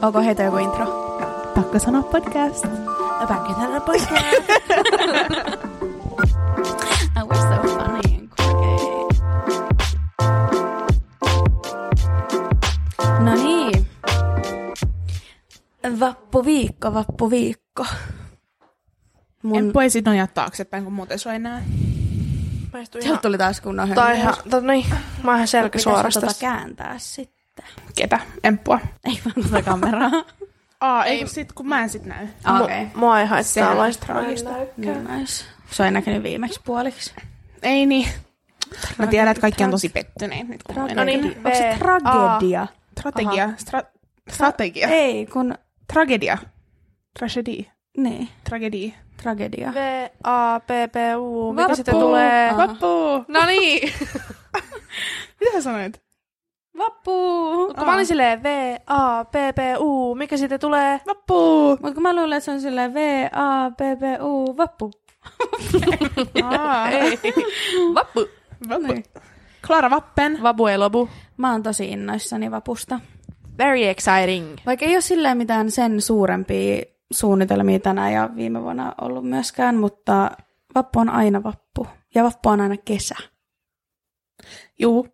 Onko heitä joku intro? Pakko sanoa podcast. Pakko sanoa podcast. Oh, we're so funny and quirky. No niin. Vappuviikko. En poisi nojaa taaksepäin, kun muuten sua ei näe. Sieltä tuli taas kunnon höngäys. Mä oon ihan selkäsuorasta. Pitäisikö kääntää sitten? Ketä? Emppua. Ei vaan tuota kameraa. Ei sit, kun mä en sit näy. Okei. Mua ei haittaa laista traagista. Nice. Se on näkynyt viimeksi puoliksi. Ei niin. Mä tiedän, että kaikki on tosi pettyneet nyt. Onko se tragedia? Strategia. Ei, kun... Tragedia. Tragedy. Niin. Tragedia. V-A-P-P-U. Mikä sitten tulee? Vappu. No niin. Mitä sä sanoit? Vappu. Kun mä olin silleen V-A-P-P-U. Mikä sitten tulee? Vappu. Mutta kun mä luulen, että se on silleen V-A-P-P-U. Vappu. Ei. Vappu. Niin. Klara Vappen. Vapu ei lopu. Mä oon tosi innoissani vapusta. Very exciting. Vaikka ei ole silleen mitään sen suurempia suunnitelmia tänään ja viime vuonna ollut myöskään, mutta vappu on aina vappu. Ja vappu on aina kesä. Juu.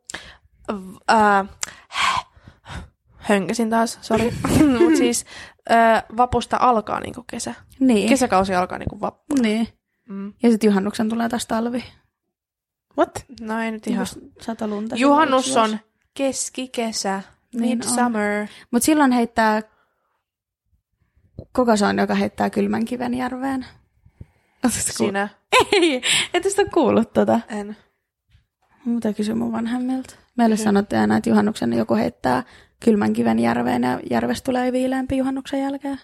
Hönkäsin taas, sori. Mut siis vapusta alkaa niinku kesä. Niin. Kesäkausi alkaa niinku vappu. Niin. Ja sitten juhannuksen tulee taas talvi. What? No ei nyt ihan. Satalunta. Juhannus on keskikesä. Niin Midsummer. Mut silloin heittää... Kuka se on, joka heittää kylmän kiven järveen? Sinä. Ei, et sitä kuullut tota. En. Mitä kysy mun vanhemmilta? Meille sanottiin aina, että juhannuksen joku heittää kylmän kiven järveen ja järvestä tulee viileämpi juhannuksen jälkeen.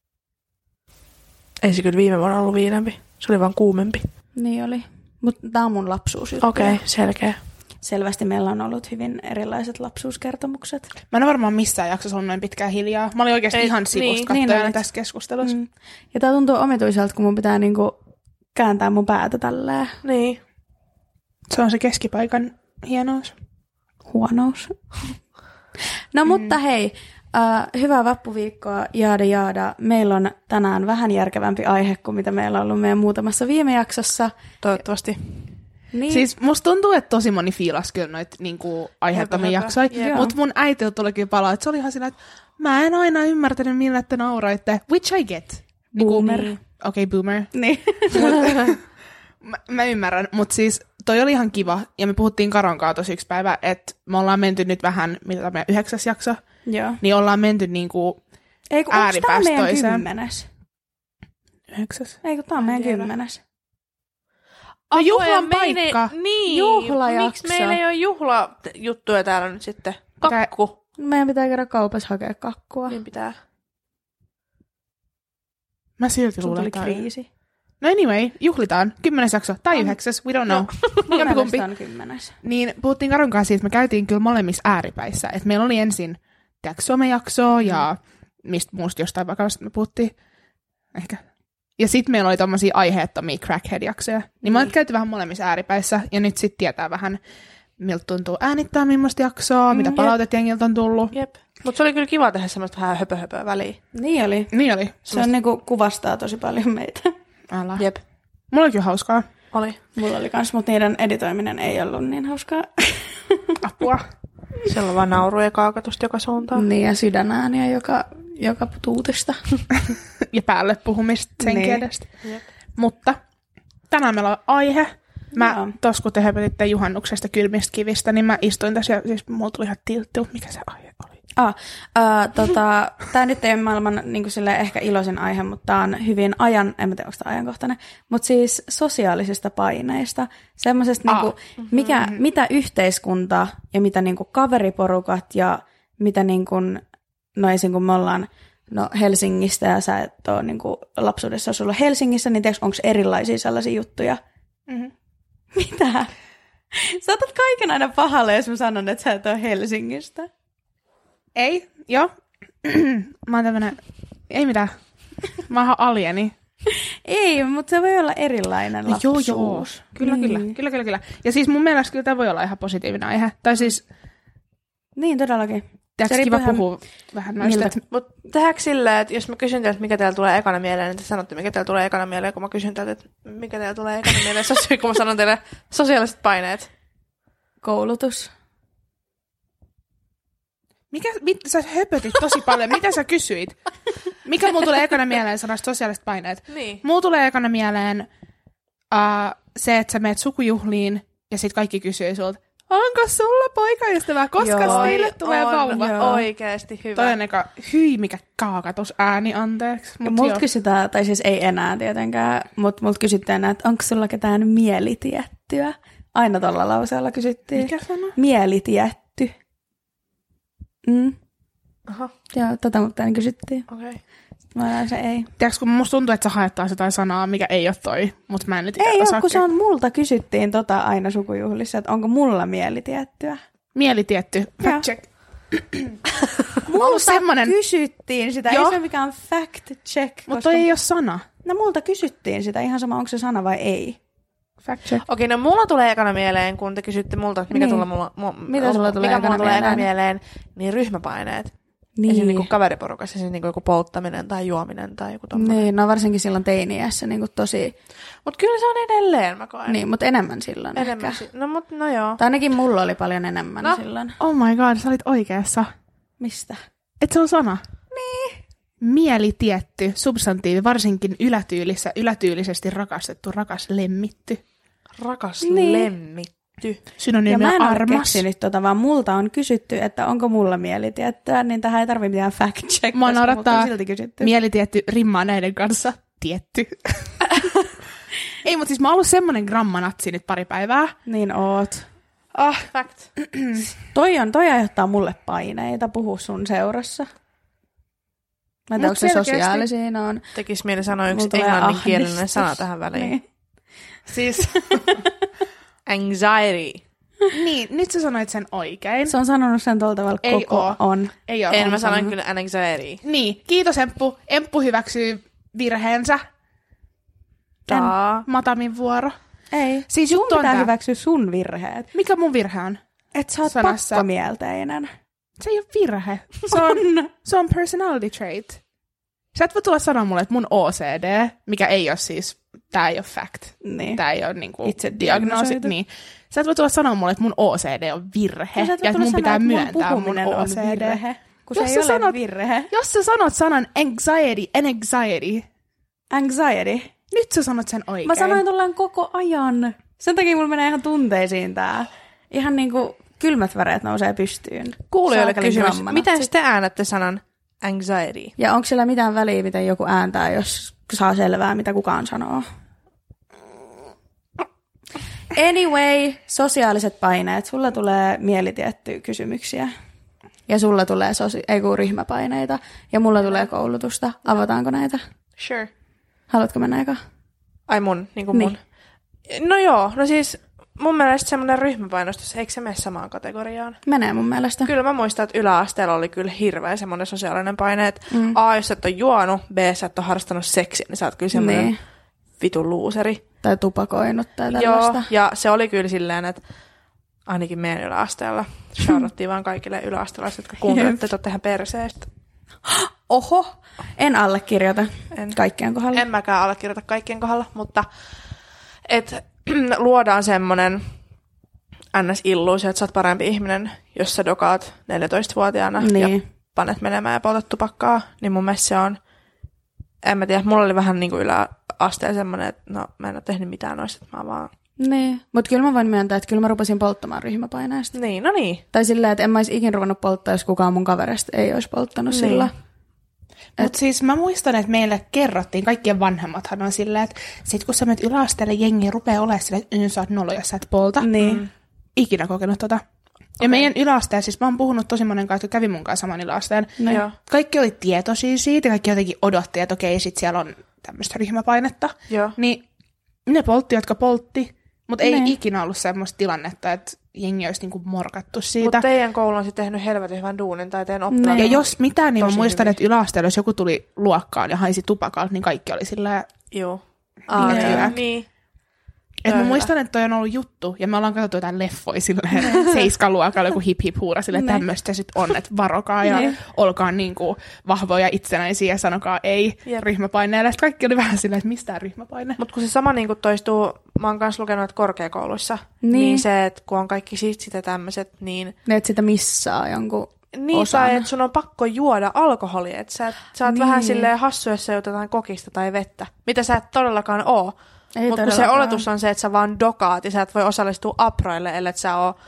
Ei se kyllä viime vuonna ollut viileämpi. Se oli vaan kuumempi. Niin oli. Mutta tää on mun lapsuus. Okei, selkeä. Selvästi meillä on ollut hyvin erilaiset lapsuuskertomukset. Mä en ole varmaan missään jaksossa ollut noin pitkään hiljaa. Mä olin oikeasti ihan sivusta kattojana tässä keskustelussa. Ja tää tuntuu omituiselta, kun mun pitää niinku kääntää mun päätä tälleen. Niin. Se on se keskipaikan hienous. Huonous. No mutta hei, hyvää vappuviikkoa, jaada. Meillä on tänään vähän järkevämpi aihe kuin mitä meillä on ollut meidän muutamassa viime jaksossa. Toivottavasti. Niin. Siis musta tuntuu, että tosi moni fiilas kyllä noita niinku, aiheuttamia jaksoja, mutta mun äitiltä tuli kyllä palaa, että se oli ihan sillä, että mä en aina ymmärtänyt, millä te nauraitte, which I get. Boomer. Niin, okei, boomer. Niin. mä ymmärrän, mutta siis toi oli ihan kiva, ja me puhuttiin Karon kanssa tosi yksi päivä, että me ollaan menty nyt vähän, mitä tämä 9. jakso, Joo. niin ollaan menty niinku ääripäästä toiseen. 10? 9. Ei kun tää on meidän 10. No juhlan paikka. Niin. Juhlajakso. Miksi meillä ei ole juhlajuttuja täällä nyt sitten? Kakku. Meidän pitää käydä kaupassa hakea kakkua. Niin pitää. Mä silti Sulla luulen, tuli kriisi. No anyway, juhlitaan. 10. jakso tai 9. We don't know. Jompikumpi. On 10. Niin puhuttiin Karon kanssa siitä, että me käytiin kyllä molemmissa ääripäissä. Että meillä oli ensin somejaksoa ja mistä muusta jostain vakavasta me puhuttiin. Ehkä. Ja sitten meillä oli tommosia aiheettomia crackhead-jaksoja. Niin me ollaan käyty vähän molemmissa ääripäissä. Ja nyt sitten tietää vähän, miltä tuntuu äänittää millaista jaksoa, mitä palautet jengiltä on tullut. Jep. Mutta se oli kyllä kiva tehdä semmoista vähän höpöhöpöä väliin. Niin oli. Se on niinku kuvastaa tosi paljon meitä. Älä. Jep. Mulla oli kyllä hauskaa. Oli. Mulla oli kans, mutta niiden editoiminen ei ollut niin hauskaa. Apua. Siellä on vaan nauru ja kaakatusta joka suuntaan. Niin, ja sydänääniä joka tuutista. Ja päälle puhumista sen niin. kielestä. Mutta tänään meillä on aihe. Mä tos kun te höpötitte juhannuksesta kylmistä kivistä, niin mä istuin tässä ja siis mulla tuli ihan tilttu, mikä se aihe oli. Tää nyt ei ole maailman niin ehkä iloisin aihe, mutta tää on hyvin en tiedä, onko tää ajankohtainen, mutta siis sosiaalisista paineista. Semmoisesta, mitä yhteiskunta ja mitä niinku kaveriporukat ja mitä niinku, no esim. Kun me ollaan Helsingistä ja sä et ole niinku lapsuudessa olisi ollut Helsingissä, niin onko erilaisia sellaisia juttuja? Mm-hmm. Mitä? Sä otat kaiken aina pahalle, jos mä sanon, että sä et ole Helsingistä. Ei, joo. Mä oon tämmönen, ei mitään. Mä oon alieni. Ei, mutta se voi olla erilainen lapsuus. Joo. Kyllä. Ja siis mun mielestä kyllä tämä voi olla ihan positiivinen aihe. Tai siis... Niin, todellakin. Tiedätkö, kiva puhua vähän noista. Mutta tehdäänkö silleen, että jos mä kysyn teiltä, mikä teillä tulee ekana mieleen, niin te sanotte, mikä teillä tulee ekana mieleen, kun mä kysyn teiltä, että mikä teillä tulee ekana mieleen, kun mä sanon teille sosiaaliset paineet. Koulutus. Sä höpötit tosi paljon. Mitä sä kysyit? Mikä mulla tulee ekana mieleen sanasta sosiaaliset paineet? Niin. Mulla tulee ekana mieleen se, että sä meet sukujuhliin ja sit kaikki kysyy sulta, onko sulla poikaystävää? Koska teille tulee vauva? Joo. Oikeesti hyvä. Toi on eka, hyi mikä kaakatus ääni, anteeksi. Multa kysytään, tai siis ei enää tietenkään, mutta multa kysytään, että onko sulla ketään mielitiettyä? Aina tuolla lauseella kysyttiin. Mikä sana? Mielitietty. Aha. Joo, tätä multa aina kysyttiin. Okei. Mä näin se ei. Tiedätkö, kun musta tuntuu, että sä haettaa jotain sanaa, mikä ei ole toi, mutta mä en nyt Ei ole, kun se on multa kysyttiin aina sukujuhlissa, että onko mulla mielitiettyä. Mielitietty. Fact check. Multa semmonen... kysyttiin sitä, Joo. ei se ole mikään fact check. Mutta toi ei ole sana. No multa kysyttiin sitä, ihan sama onko se sana vai ei. Fact check. Okei, no mulla tulee ekana mieleen, kun te kysytte multa, että mikä Niin. mikä sulla tulee ekana mieleen, niin ryhmäpaineet. Niin. Esim. Niinku kaveriporukassa, siis niinku joku polttaminen tai juominen tai joku tommoinen. Niin, no varsinkin silloin teiniässä niin tosi... Mutta kyllä se on edelleen, mä koen. Niin, mutta enemmän silloin Enemmän ehkä. No joo. Tai ainakin mulla oli paljon enemmän silloin. Oh my god, sä olit oikeassa. Mistä? Et se on sana. Niin. Mielitietty, substantiivi, varsinkin ylätyylisesti rakastettu, rakas, lemmitty. Rakas Niin. lemmitty. Synonyymi Ja mä en ole armas. keksinyt vaan multa on kysytty, että onko mulla mielitiettyä, niin tähän ei tarvitse mitään fact check, Mua koska multa naurattaa on silti kysytty. mielitietty rimmaa näiden kanssa. Tietty. Ei, mutta siis mä oon ollut semmonen grammanatsi nyt pari päivää. Niin oot. Fact. Toi aiheuttaa mulle paineita puhua sun seurassa. Mä en tiedä, Mut onko se selkeästi- sosiaalisiin on. Tekis mieli sanoa yksi Mulla tulee englanninkielinen ahdistus. sana tähän väliin. Niin. Siis, Anxiety. niin, nyt sä sanoit sen oikein. Se on sanonut sen tuolla tavalla Ei koko oo. on. Ei oo. En mä sanoin kyllä anxiety. Niin, kiitos Emppu. Emppu hyväksyy virheensä. Matamin vuoro. Ei. Siis Sun juttu on pitää tää. hyväksyä sun virheet. Mikä mun virhe on? Et sä oot Sanassa. pakkomielteinen. Se ei ole virhe. Se on personality trait. Sä et voi tulla sanoa mulle, että mun OCD, mikä ei ole siis, tää ei ole fact. Niin. Tää ei ole niinku Itse diagnoosi. diagnosoitu. Niin. Sä et voi tulla sanoa mulle, että mun OCD on virhe. No sä et voi ja että tulla mun pitää sanoa, että myöntää mun puhuminen on OCD. virhe, kun Jos se ei sä ole sanot- virhe. Jos sä sanot sanan anxiety, Anxiety. nyt sä sanot sen oikein. Mä sanoin tullaan koko ajan. Sen takia mulla menee ihan tunteisiin tää. Ihan niinku kylmät väreet nousee pystyyn. Kuulijoille Saakelin kysymys. grammanatsi. Miten te äänätte sanan anxiety? Ja onko sillä mitään väliä, miten joku ääntää, jos saa selvää, mitä kukaan sanoo? Anyway, sosiaaliset paineet. Sulla tulee mielitiettyjä kysymyksiä. Ja sulla tulee ryhmäpaineita. Ja mulla tulee koulutusta. Avataanko näitä? Sure. Haluatko mennä eka? Ai mun, niin kuin mun. No joo, no siis mun mielestä semmoinen ryhmäpainostus, eikö se mene samaan kategoriaan? Menee mun mielestä. Kyllä mä muistan, että yläasteella oli kyllä hirveä semmoinen sosiaalinen paine, että A, jos sä et ole juonut, B, sä et ole harrastanut seksiä, niin sä oot kyllä semmoinen Niin. vitun luuseri. Tai tupakoinut tai tällaista. Joo, ja se oli kyllä silleen, että ainakin meidän yläasteella shoutattiin vaan kaikille yläastelaiset, jotka kuuntelivat, että olette ihan perseestä. Oho, en allekirjoita En. kaikkien kohdalla. En mäkään allekirjoita kaikkien kohdalla, mutta että luodaan semmoinen NS-illuusio, että sä oot parempi ihminen, jos sä dokaat 14-vuotiaana ja Niin. panet menemään ja poltat tupakkaa, niin mun mielestä se on, en mä tiedä, mulla oli vähän niin kuin yläasteen semmoinen, että no mä en ole tehnyt mitään noista, että mä vaan... Niin, mutta kyllä mä voin myöntää, että kyllä mä rupesin polttamaan ryhmäpaineesta. Niin, no niin. Tai silleen, että en mä olisi ikin ruvennut polttaa, jos kukaan mun kavereista ei olisi polttanut Niin. sillä. Mutta siis mä muistan, että meille kerrottiin, kaikkien vanhemmathan on silleen, että sit kun sä menet yläasteelle, jengi rupeaa olemaan silleen, että sä oot nolo, jos sä et polta. Niin. Ikinä kokenut tota. Ja meidän yläasteen, siis mä oon puhunut tosi monen kanssa, jotka kävi mun kanssa saman yläasteen. No. Joo. Kaikki oli tietoisia siitä, kaikki jotenkin odotti, että okei, sit siellä on tämmöistä ryhmäpainetta. Joo. Niin ne poltti, jotka poltti, mutta ei Niin. ikinä ollut semmoista tilannetta, että jengi olisi niinku morkattu siitä. Mutta teidän koulu on sitten tehnyt helvetin hyvän duunin, tai teidän oppilaat. Ja jos mitään, niin mä Tosi muistan, hyvin. että yläasteella, jos joku tuli luokkaan ja haisi tupakalta, niin kaikki oli sillä Joo. Niin, Niin. hyvä. Niin. Et mä muistan, että toi on ollut juttu, ja me ollaan katsottu jotain leffoja silleen 7-luokalla, joku hip huura silleen, että tämmöistä sit on, että varokaa ja olkaa niinku vahvoja itsenäisiä ja sanokaa ei ryhmäpaineelle. Sitten kaikki oli vähän silleen, että mistä ryhmäpaine. Mutta kun se sama niinku toistuu, mä oon kanssa lukenut, että korkeakouluissa, niin se, että kun on kaikki sitsit ja tämmöiset, niin... Ne, että sitä missaa jonkun niin, osan. tai että sun on pakko juoda alkoholia, että sä oot vähän silleen hassu, jos sä juot jotain kokista tai vettä, mitä sä et todellakaan oo. Mutta kun se oletus on se, että sä vaan dokaat ja sä et voi osallistua aproille, ellei sä oo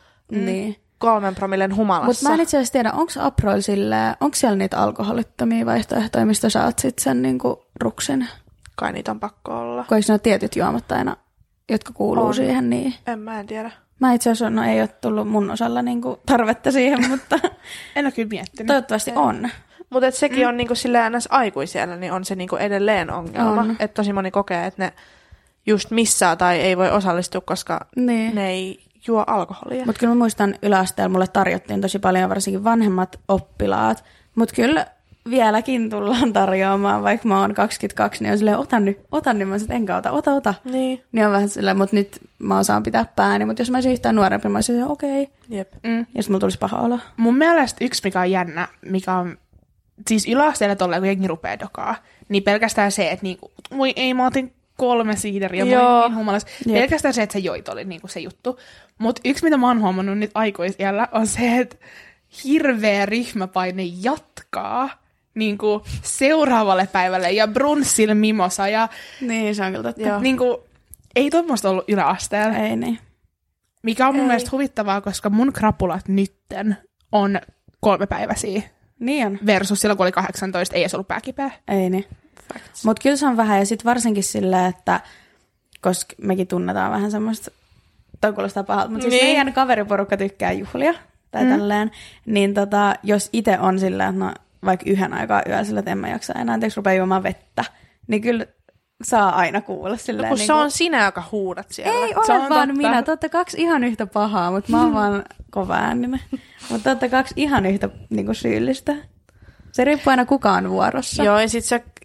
3 promillen humalassa. Mutta mä en itse asiassa tiedä, onko aproil silleen, onko siellä niitä alkoholittomia vaihtoehtoja, mistä saat sit sen niinku ruksin? Kai niitä on pakko olla. Kun eikö ne ole tietyt juomat aina, jotka kuuluu siihen? Niin... En tiedä. Mä itse asiassa, ei ole tullut mun osalla niinku tarvetta siihen, mutta en ole kyllä miettinyt. Toivottavasti on. Mutta sekin on niinku silleen ns. Aikuisiellä, niin on se niinku edelleen ongelma. Että tosi moni kokee, että ne just missaa tai ei voi osallistua, koska ne ei juo alkoholia. Mutta kyllä mä muistan yläasteella mulle tarjottiin tosi paljon, varsinkin vanhemmat oppilaat. Mutta kyllä vieläkin tullaan tarjoamaan, vaikka mä oon 22, niin on silleen, otan niin mä sit enkä ota. Niin on vähän silleen, mutta nyt mä osaan pitää pääni. Mutta jos mä olisin yhtään nuorempi, mä olisin okei. Jep. Ja sit mulla tulisi paha olo. Mun mielestä yksi, mikä on jännä, mikä on siis yläasteella tolleen, kun jengi rupeaa dokaa, niin pelkästään se, että niinku, voi ei, mä otin 3 siideriä, mä olin niin humalas. Pelkästään se, että sä joit, oli niinku se juttu. Mutta yksi, mitä mä oon huomannut nyt aikuisiällä, on se, että hirveä ryhmäpaine jatkaa niinku seuraavalle päivälle ja brunssille mimosa. Ja, niin, se on kyllä totta. Niinku, ei tuommoista ollut yläasteella. Ei niin. Mikä on mun mielestä huvittavaa, koska mun krapulat nytten on 3-päiväisiä. Niin on. Versus silloin, kun oli 18, ei edes ollut pääkipeä. Ei niin. Mutta kyllä se on vähän, ja sitten varsinkin silleen, että koska mekin tunnetaan vähän semmoista, toi kuulostaa pahalta, mutta siis meidän kaveriporukka tykkää juhlia, tai tälleen, niin jos itse on silleen, että no vaikka 1 aikaa yöllä sillä, että en mä jaksa enää, anteeksi rupeaa juomaan vettä, niin kyllä saa aina kuulla silleen. No kun se on sinä, joka huudat siellä. Ei ole vaan totta. Minä, te olette 2 ihan yhtä pahaa, mutta mä oon vaan kova ääninen. Mutta te olette 2 ihan yhtä niin kuin syyllistä. Se riippuu aina kuka on vuorossa. Joo, ja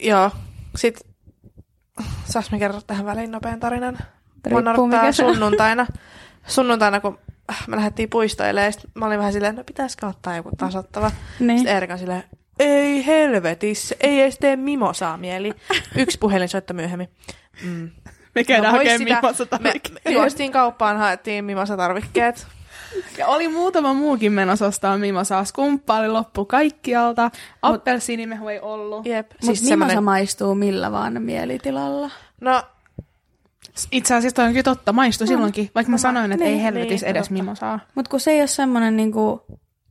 sit saas me kertoa tähän väliin nopean tarinan. Mä naurattaa sunnuntaina, kun me lähdettiin puistoille, ja mä olin vähän silleen, no pitäisikö ottaa joku tasoittava. Niin. Sitten Eerika silleen, ei helvetissä, ei edes tee mimosaa mieli. 1 puhelin soitto myöhemmin. Me käydään hakemaan mimosatarvikkeet. Me juostiin kauppaan, haettiin mimosatarvikkeet. Ja oli muutama muukin menossa ostaa mimosaa. Skumppa oli loppu kaikkialta. Appelsiinimehu ei ollut. Jep. Siis mimosa maistuu millä vaan mielitilalla. No, itse asiassa toi on kyllä totta. Maistui silloinkin. Vaikka mä sanoin, että ei helvetis edes mimosaa. Mutta kun se ei ole semmoinen niinku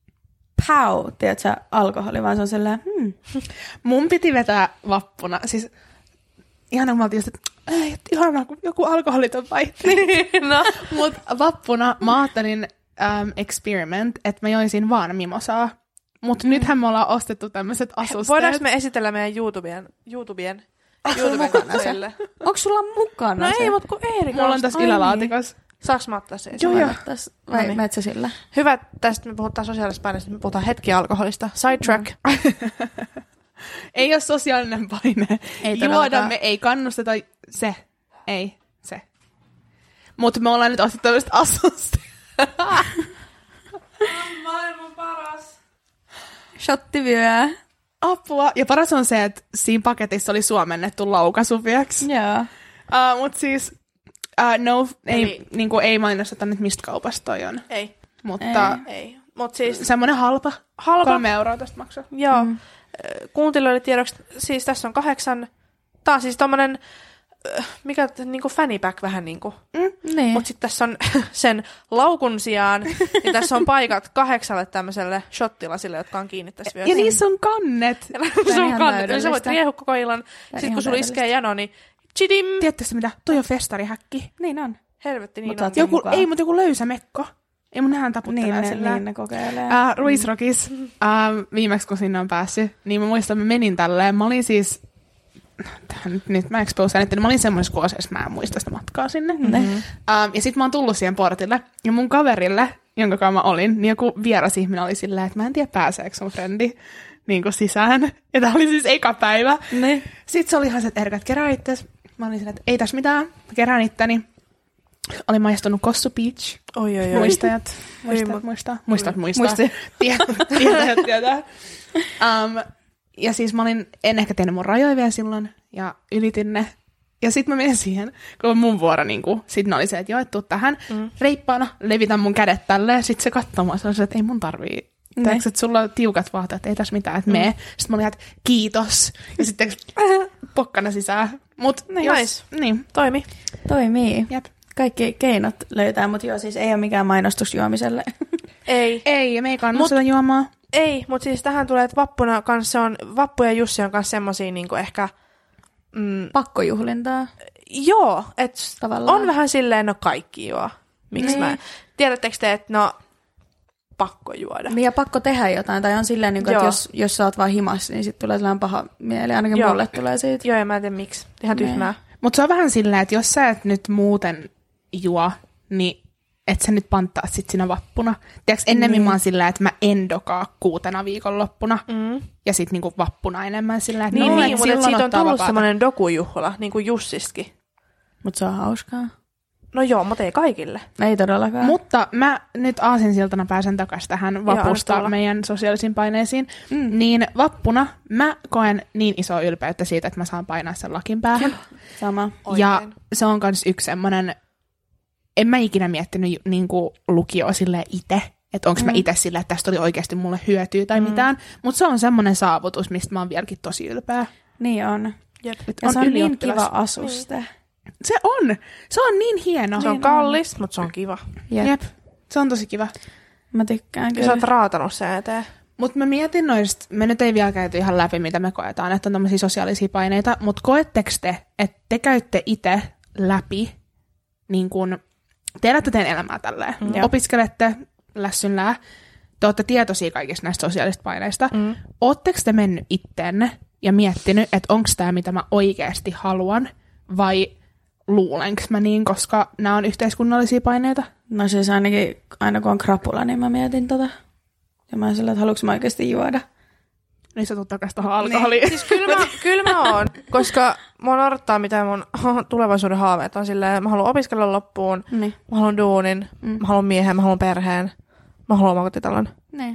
tiedätkö, alkoholi, vaan se on sellainen, Mun piti vetää vappuna. Siis ihana, kun mä oltiin just, että ihanaa, kun joku alkoholiton vaihtoehto. no. Mut vappuna mä ajattelin experiment, että mä joisin vaan mimosaa. Mutta nythän me ollaan ostettu tämmöiset asusteet. Voidaanko me esitellä meidän YouTubeen katsojille? Onko sulla mukana no se? ei, mutta kun Eerika mulla on tässä ylälaatikossa. Saanko mä ottaa se? Joo. Vai meet sä sillä? Hyvä, tästä me puhutaan sosiaalisesta paineesta, me puhutaan hetki alkoholista. Sidetrack. Ei ole sosiaalinen paine. Juodamme, ei kannusteta. Se. Mutta me ollaan nyt ostettu tämmöistä asusteet. Maailman paras. Shottivyö. Apua. Ja paras on se, että siinä paketissa oli suomennettu laukasuviaksi. Joo. Mutta siis, ei mainosteta nyt mistä kaupasta toi on. Ei. Mutta ei. Mut siis semmoinen halpa. 3 euroa tästä maksaa. Joo. Kuuntelijoille tiedoksi, siis tässä on 8. Tää on siis tommonen, mikä niinku fanny pack vähän niinku. Niin. Mut sit tässä on sen laukun sijaan, niin tässä on paikat 8 tämmöiselle shottilasille, jotka on kiinni tässä vyössä. Ja niissä on kannet. Se on kannet. Eli sä voit riehua koko illan. Sitten kun sulla iskee jano, niin chidim. Tiedätkö mitä? Toi on festarihäkki. Niin on. Helvetti, niin on. Mutta joku löysä mekko. Ei mun nähdään taputtelee sillä. Niin ne kokeilee. Ruisrockis, viimeksi kun sinne on päässyt, niin mä muistan, mä menin tälleen. Mä olin siis, nyt mä exposeen, että mä olin semmoisessa kuosessa, mä en muista sitä matkaa sinne. Ja sit mä oon tullut siihen portille, ja mun kaverille, jonka kanssa mä olin, niin joku vieras ihminen oli silleen, että mä en tiedä pääseekö sun frendi niin kuin sisään. Ja tää oli siis eka päivä. Ne. Sitten se oli ihan se, että Erika, kerää itses. Mä olin silleen, että ei tässä mitään, mä kerään itteni. olin maistanut Kossu Peach. Oi. Muistajat muistaa. Tietää. Ja siis mä en ehkä tehnyt mun rajoja vielä silloin, ja ylitin ne. Ja sit mä menin siihen, kun mun vuoro, sit ne oli se, että joo, et tuu tähän reippaana, levitän mun kädet tälleen, sit se katsoo mua, se että ei mun tarvii. Teekö, että sulla on tiukat vaatteet, ei tässä mitään, että mee. Sitten mä olin, että kiitos. Ja sitten pokkana sisään. Mut nice. Niin. Toimii. Jep. Kaikki keinot löytää, mutta joo, siis ei ole mikään mainostus juomiselle. Ei, ja me ei kannata sitä juomaa. Ei, mutta siis tähän tulee, että Vappu ja Jussi on myös semmosia niinku ehkä... Pakkojuhlintaa. Joo, että tavallaan on vähän silleen, no kaikki juo. Miksi mä... Tiedättekö te, että no pakko juoda. Niin ja pakko tehdä jotain, tai on silleen, niin kuin, että jos sä oot vaan himassa, niin sitten tulee sellainen paha mieli, ainakin mulle tulee siitä. Joo, ja mä en tiedä miksi. Ihan tyhmää. Mutta se on vähän silleen, että jos sä et nyt muuten juo, niin et sä nyt panttaa sit siinä vappuna. Tiedätkö, ennemmin mä oon silleen, että mä en dokaa 6 viikonloppuna, ja sit niinku vappuna enemmän silleen, että niin, mutta siitä on tullut semmoinen dokujuhla, niin kuin Jussistakin. Mutta se on hauskaa. No joo, mutta ei kaikille. Ei todellakaan. Mutta mä nyt aasinsiltana pääsen takaisin tähän vapusta meidän sosiaalisiin paineisiin. Niin vappuna mä koen niin isoa ylpeyttä siitä, että mä saan painaa sen lakin päähän. Sama. Ja se on kans yksi semmonen, en mä ikinä miettinyt niinku lukioa silleen itse, että onko mä itse silleen, että tästä oli oikeasti mulle hyötyä tai mitään. Mutta se on semmonen saavutus, mistä mä oon vieläkin tosi ylpeä. Niin on. Jep. Ja se on niin kiva asuste. Se on niin hieno. Se on kallis, mutta se on kiva. Jep. Se on tosi kiva. Mä tykkään kyllä. Ja sä oot raatanut sen eteen. Mutta mä mietin noista, me nyt ei vielä käyty ihan läpi, mitä me koetaan, että on tämmöisiä sosiaalisia paineita, mutta koetteko te, että te käytte itse läpi, niin kun te elätte teidän elämää tälleen, opiskelette lässyllään, te olette tietoisia kaikista näistä sosiaalisista paineista, ootteko te mennyt itteenne ja miettinyt, että onko tämä mitä mä oikeasti haluan, vai luulenko mä niin, koska nämä on yhteiskunnallisia paineita? No siis ainakin, aina kun on krapula, niin mä mietin tota. Ja mä oon sillä, että haluanko mä oikeasti juoda. Niin sä tulet takaisin tuohon alkoholiin. Niin. Siis kyllä mä oon, koska mua naurattaa, mitä mun tulevaisuuden haaveet on silleen, mä haluan opiskella loppuun, mä haluan duunin, mä haluan miehen, mä haluan perheen, mä haluan omakotitalon. Niin.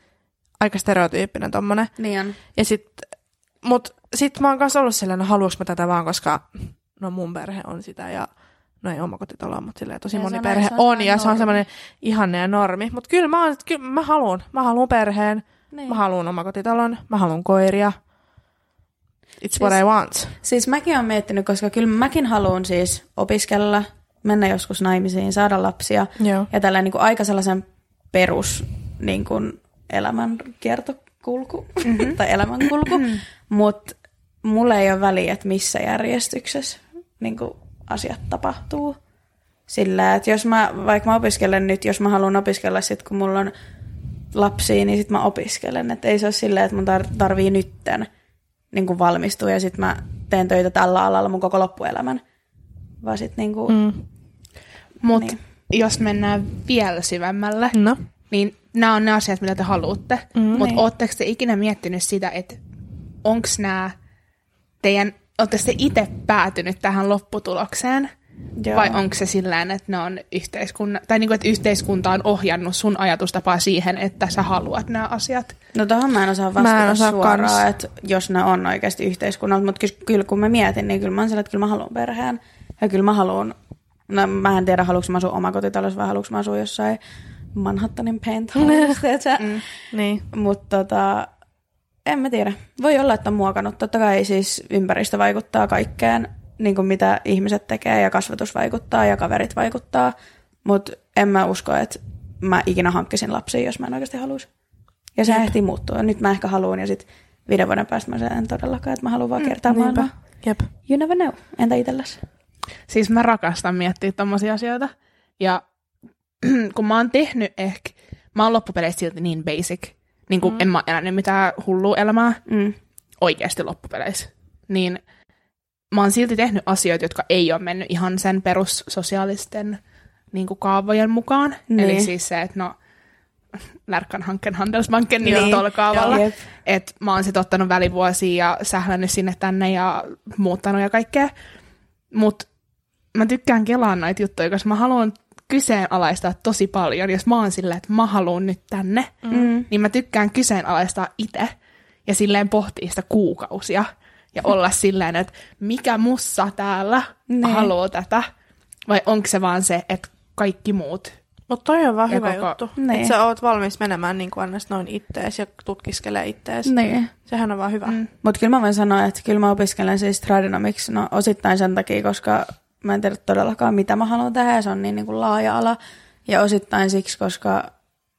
Aika stereotyyppinen tommonen. Niin on. Ja mut sit mä oon kanssa ollut silleen, no haluanko mä tätä vaan, koska no mun perhe on sitä ja no ei omakotitaloa, mutta silleen tosi moni perhe on ja se on semmoinen ihanne ja normi. Mutta kyllä mä haluan perheen, mä haluan omakotitalon, mä haluan koiria. It's what I want. Siis mäkin olen miettinyt, koska kyllä mäkin haluan siis opiskella, mennä joskus naimisiin, saada lapsia. Joo. Ja tällä niin kuin aika sellaisen perus niin kuin elämän kiertokulku tai elämänkulku. Mutta mulle ei ole väliä, että missä järjestyksessä niin kuin asiat tapahtuu. Sillä, että jos vaikka mä opiskelen nyt, jos mä haluan opiskella sit, kun mulla on lapsia, niin sit mä opiskelen. Että ei se ole silleen, että mun tarvii nytten niin kuin valmistua ja sit mä teen töitä tällä alalla mun koko loppuelämän. Vaan sit niin kuin... Mut jos mennään vielä syvemmälle, niin nämä on ne asiat, mitä te haluatte. Mutta ootteko te ikinä miettinyt sitä, että onko nämä ootteko te itse päätynyt tähän lopputulokseen? Joo. Vai onko se sillään, että ne on että yhteiskunta on ohjannut sun ajatustapaa siihen, että sä haluat nämä asiat? No tohon mä en osaa vastata suoraan, että jos ne on oikeasti yhteiskunnalta, mutta kyllä kun mä mietin, niin kyllä mä oon sillä, että kyllä mä haluan perheen. Ja kyllä mä haluan, no mä en tiedä, haluanko mä asua omakotitalossa vai haluanko mä asua jossain Manhattanin penthouse. Niin. Mutta en mä tiedä. Voi olla, että on muokannut. Totta kai siis ympäristö vaikuttaa kaikkeen, niin kuin mitä ihmiset tekee, ja kasvatus vaikuttaa, ja kaverit vaikuttaa. Mutta en mä usko, että mä ikinä hankkisin lapsia, jos mä en oikeasti haluaisi. Ja se ehtii muuttua. Nyt mä ehkä haluan, ja sitten 5 vuoden päästä mä en todellakaan, että mä haluan vaan kertaa maailmaa. Jep. You never know. Entä itselläsi? Siis mä rakastan miettiä tommosia asioita. Ja kun mä oon tehnyt mä oon loppupeleissä silti niin basic, niin kuin en mä elänyt mitään hullua elämää oikeasti loppupeleissä. Niin mä oon silti tehnyt asioita, jotka ei ole mennyt ihan sen perussosiaalisten niin kuin kaavojen mukaan. Niin. Eli siis se, että Lärkan hankken Handelsbanken niin on tuolla kaavalla. Että mä oon sit ottanut välivuosia ja sählännyt sinne tänne ja muuttanut ja kaikkea. Mut mä tykkään kelaa noita juttuja, koska mä haluan kyseenalaistaa tosi paljon. Jos mä oon silleen, että mä haluan nyt tänne, niin mä tykkään kyseenalaistaa itse ja silleen pohtia sitä kuukausia ja olla silleen, että mikä mussa täällä haluaa tätä, vai onko se vaan se, että kaikki muut. Mutta toi on vaan hyvä juttu, että sä oot valmis menemään niin kuin annas noin ittees ja tutkiskelee ittees. Niin. Sehän on vaan hyvä. Mutta kyllä mä voin sanoa, että kyllä mä opiskelen siis Tridenomics, no osittain sen takia, koska mä en tiedä todellakaan, mitä mä haluan tehdä, ja se on niin kuin laaja ala. Ja osittain siksi, koska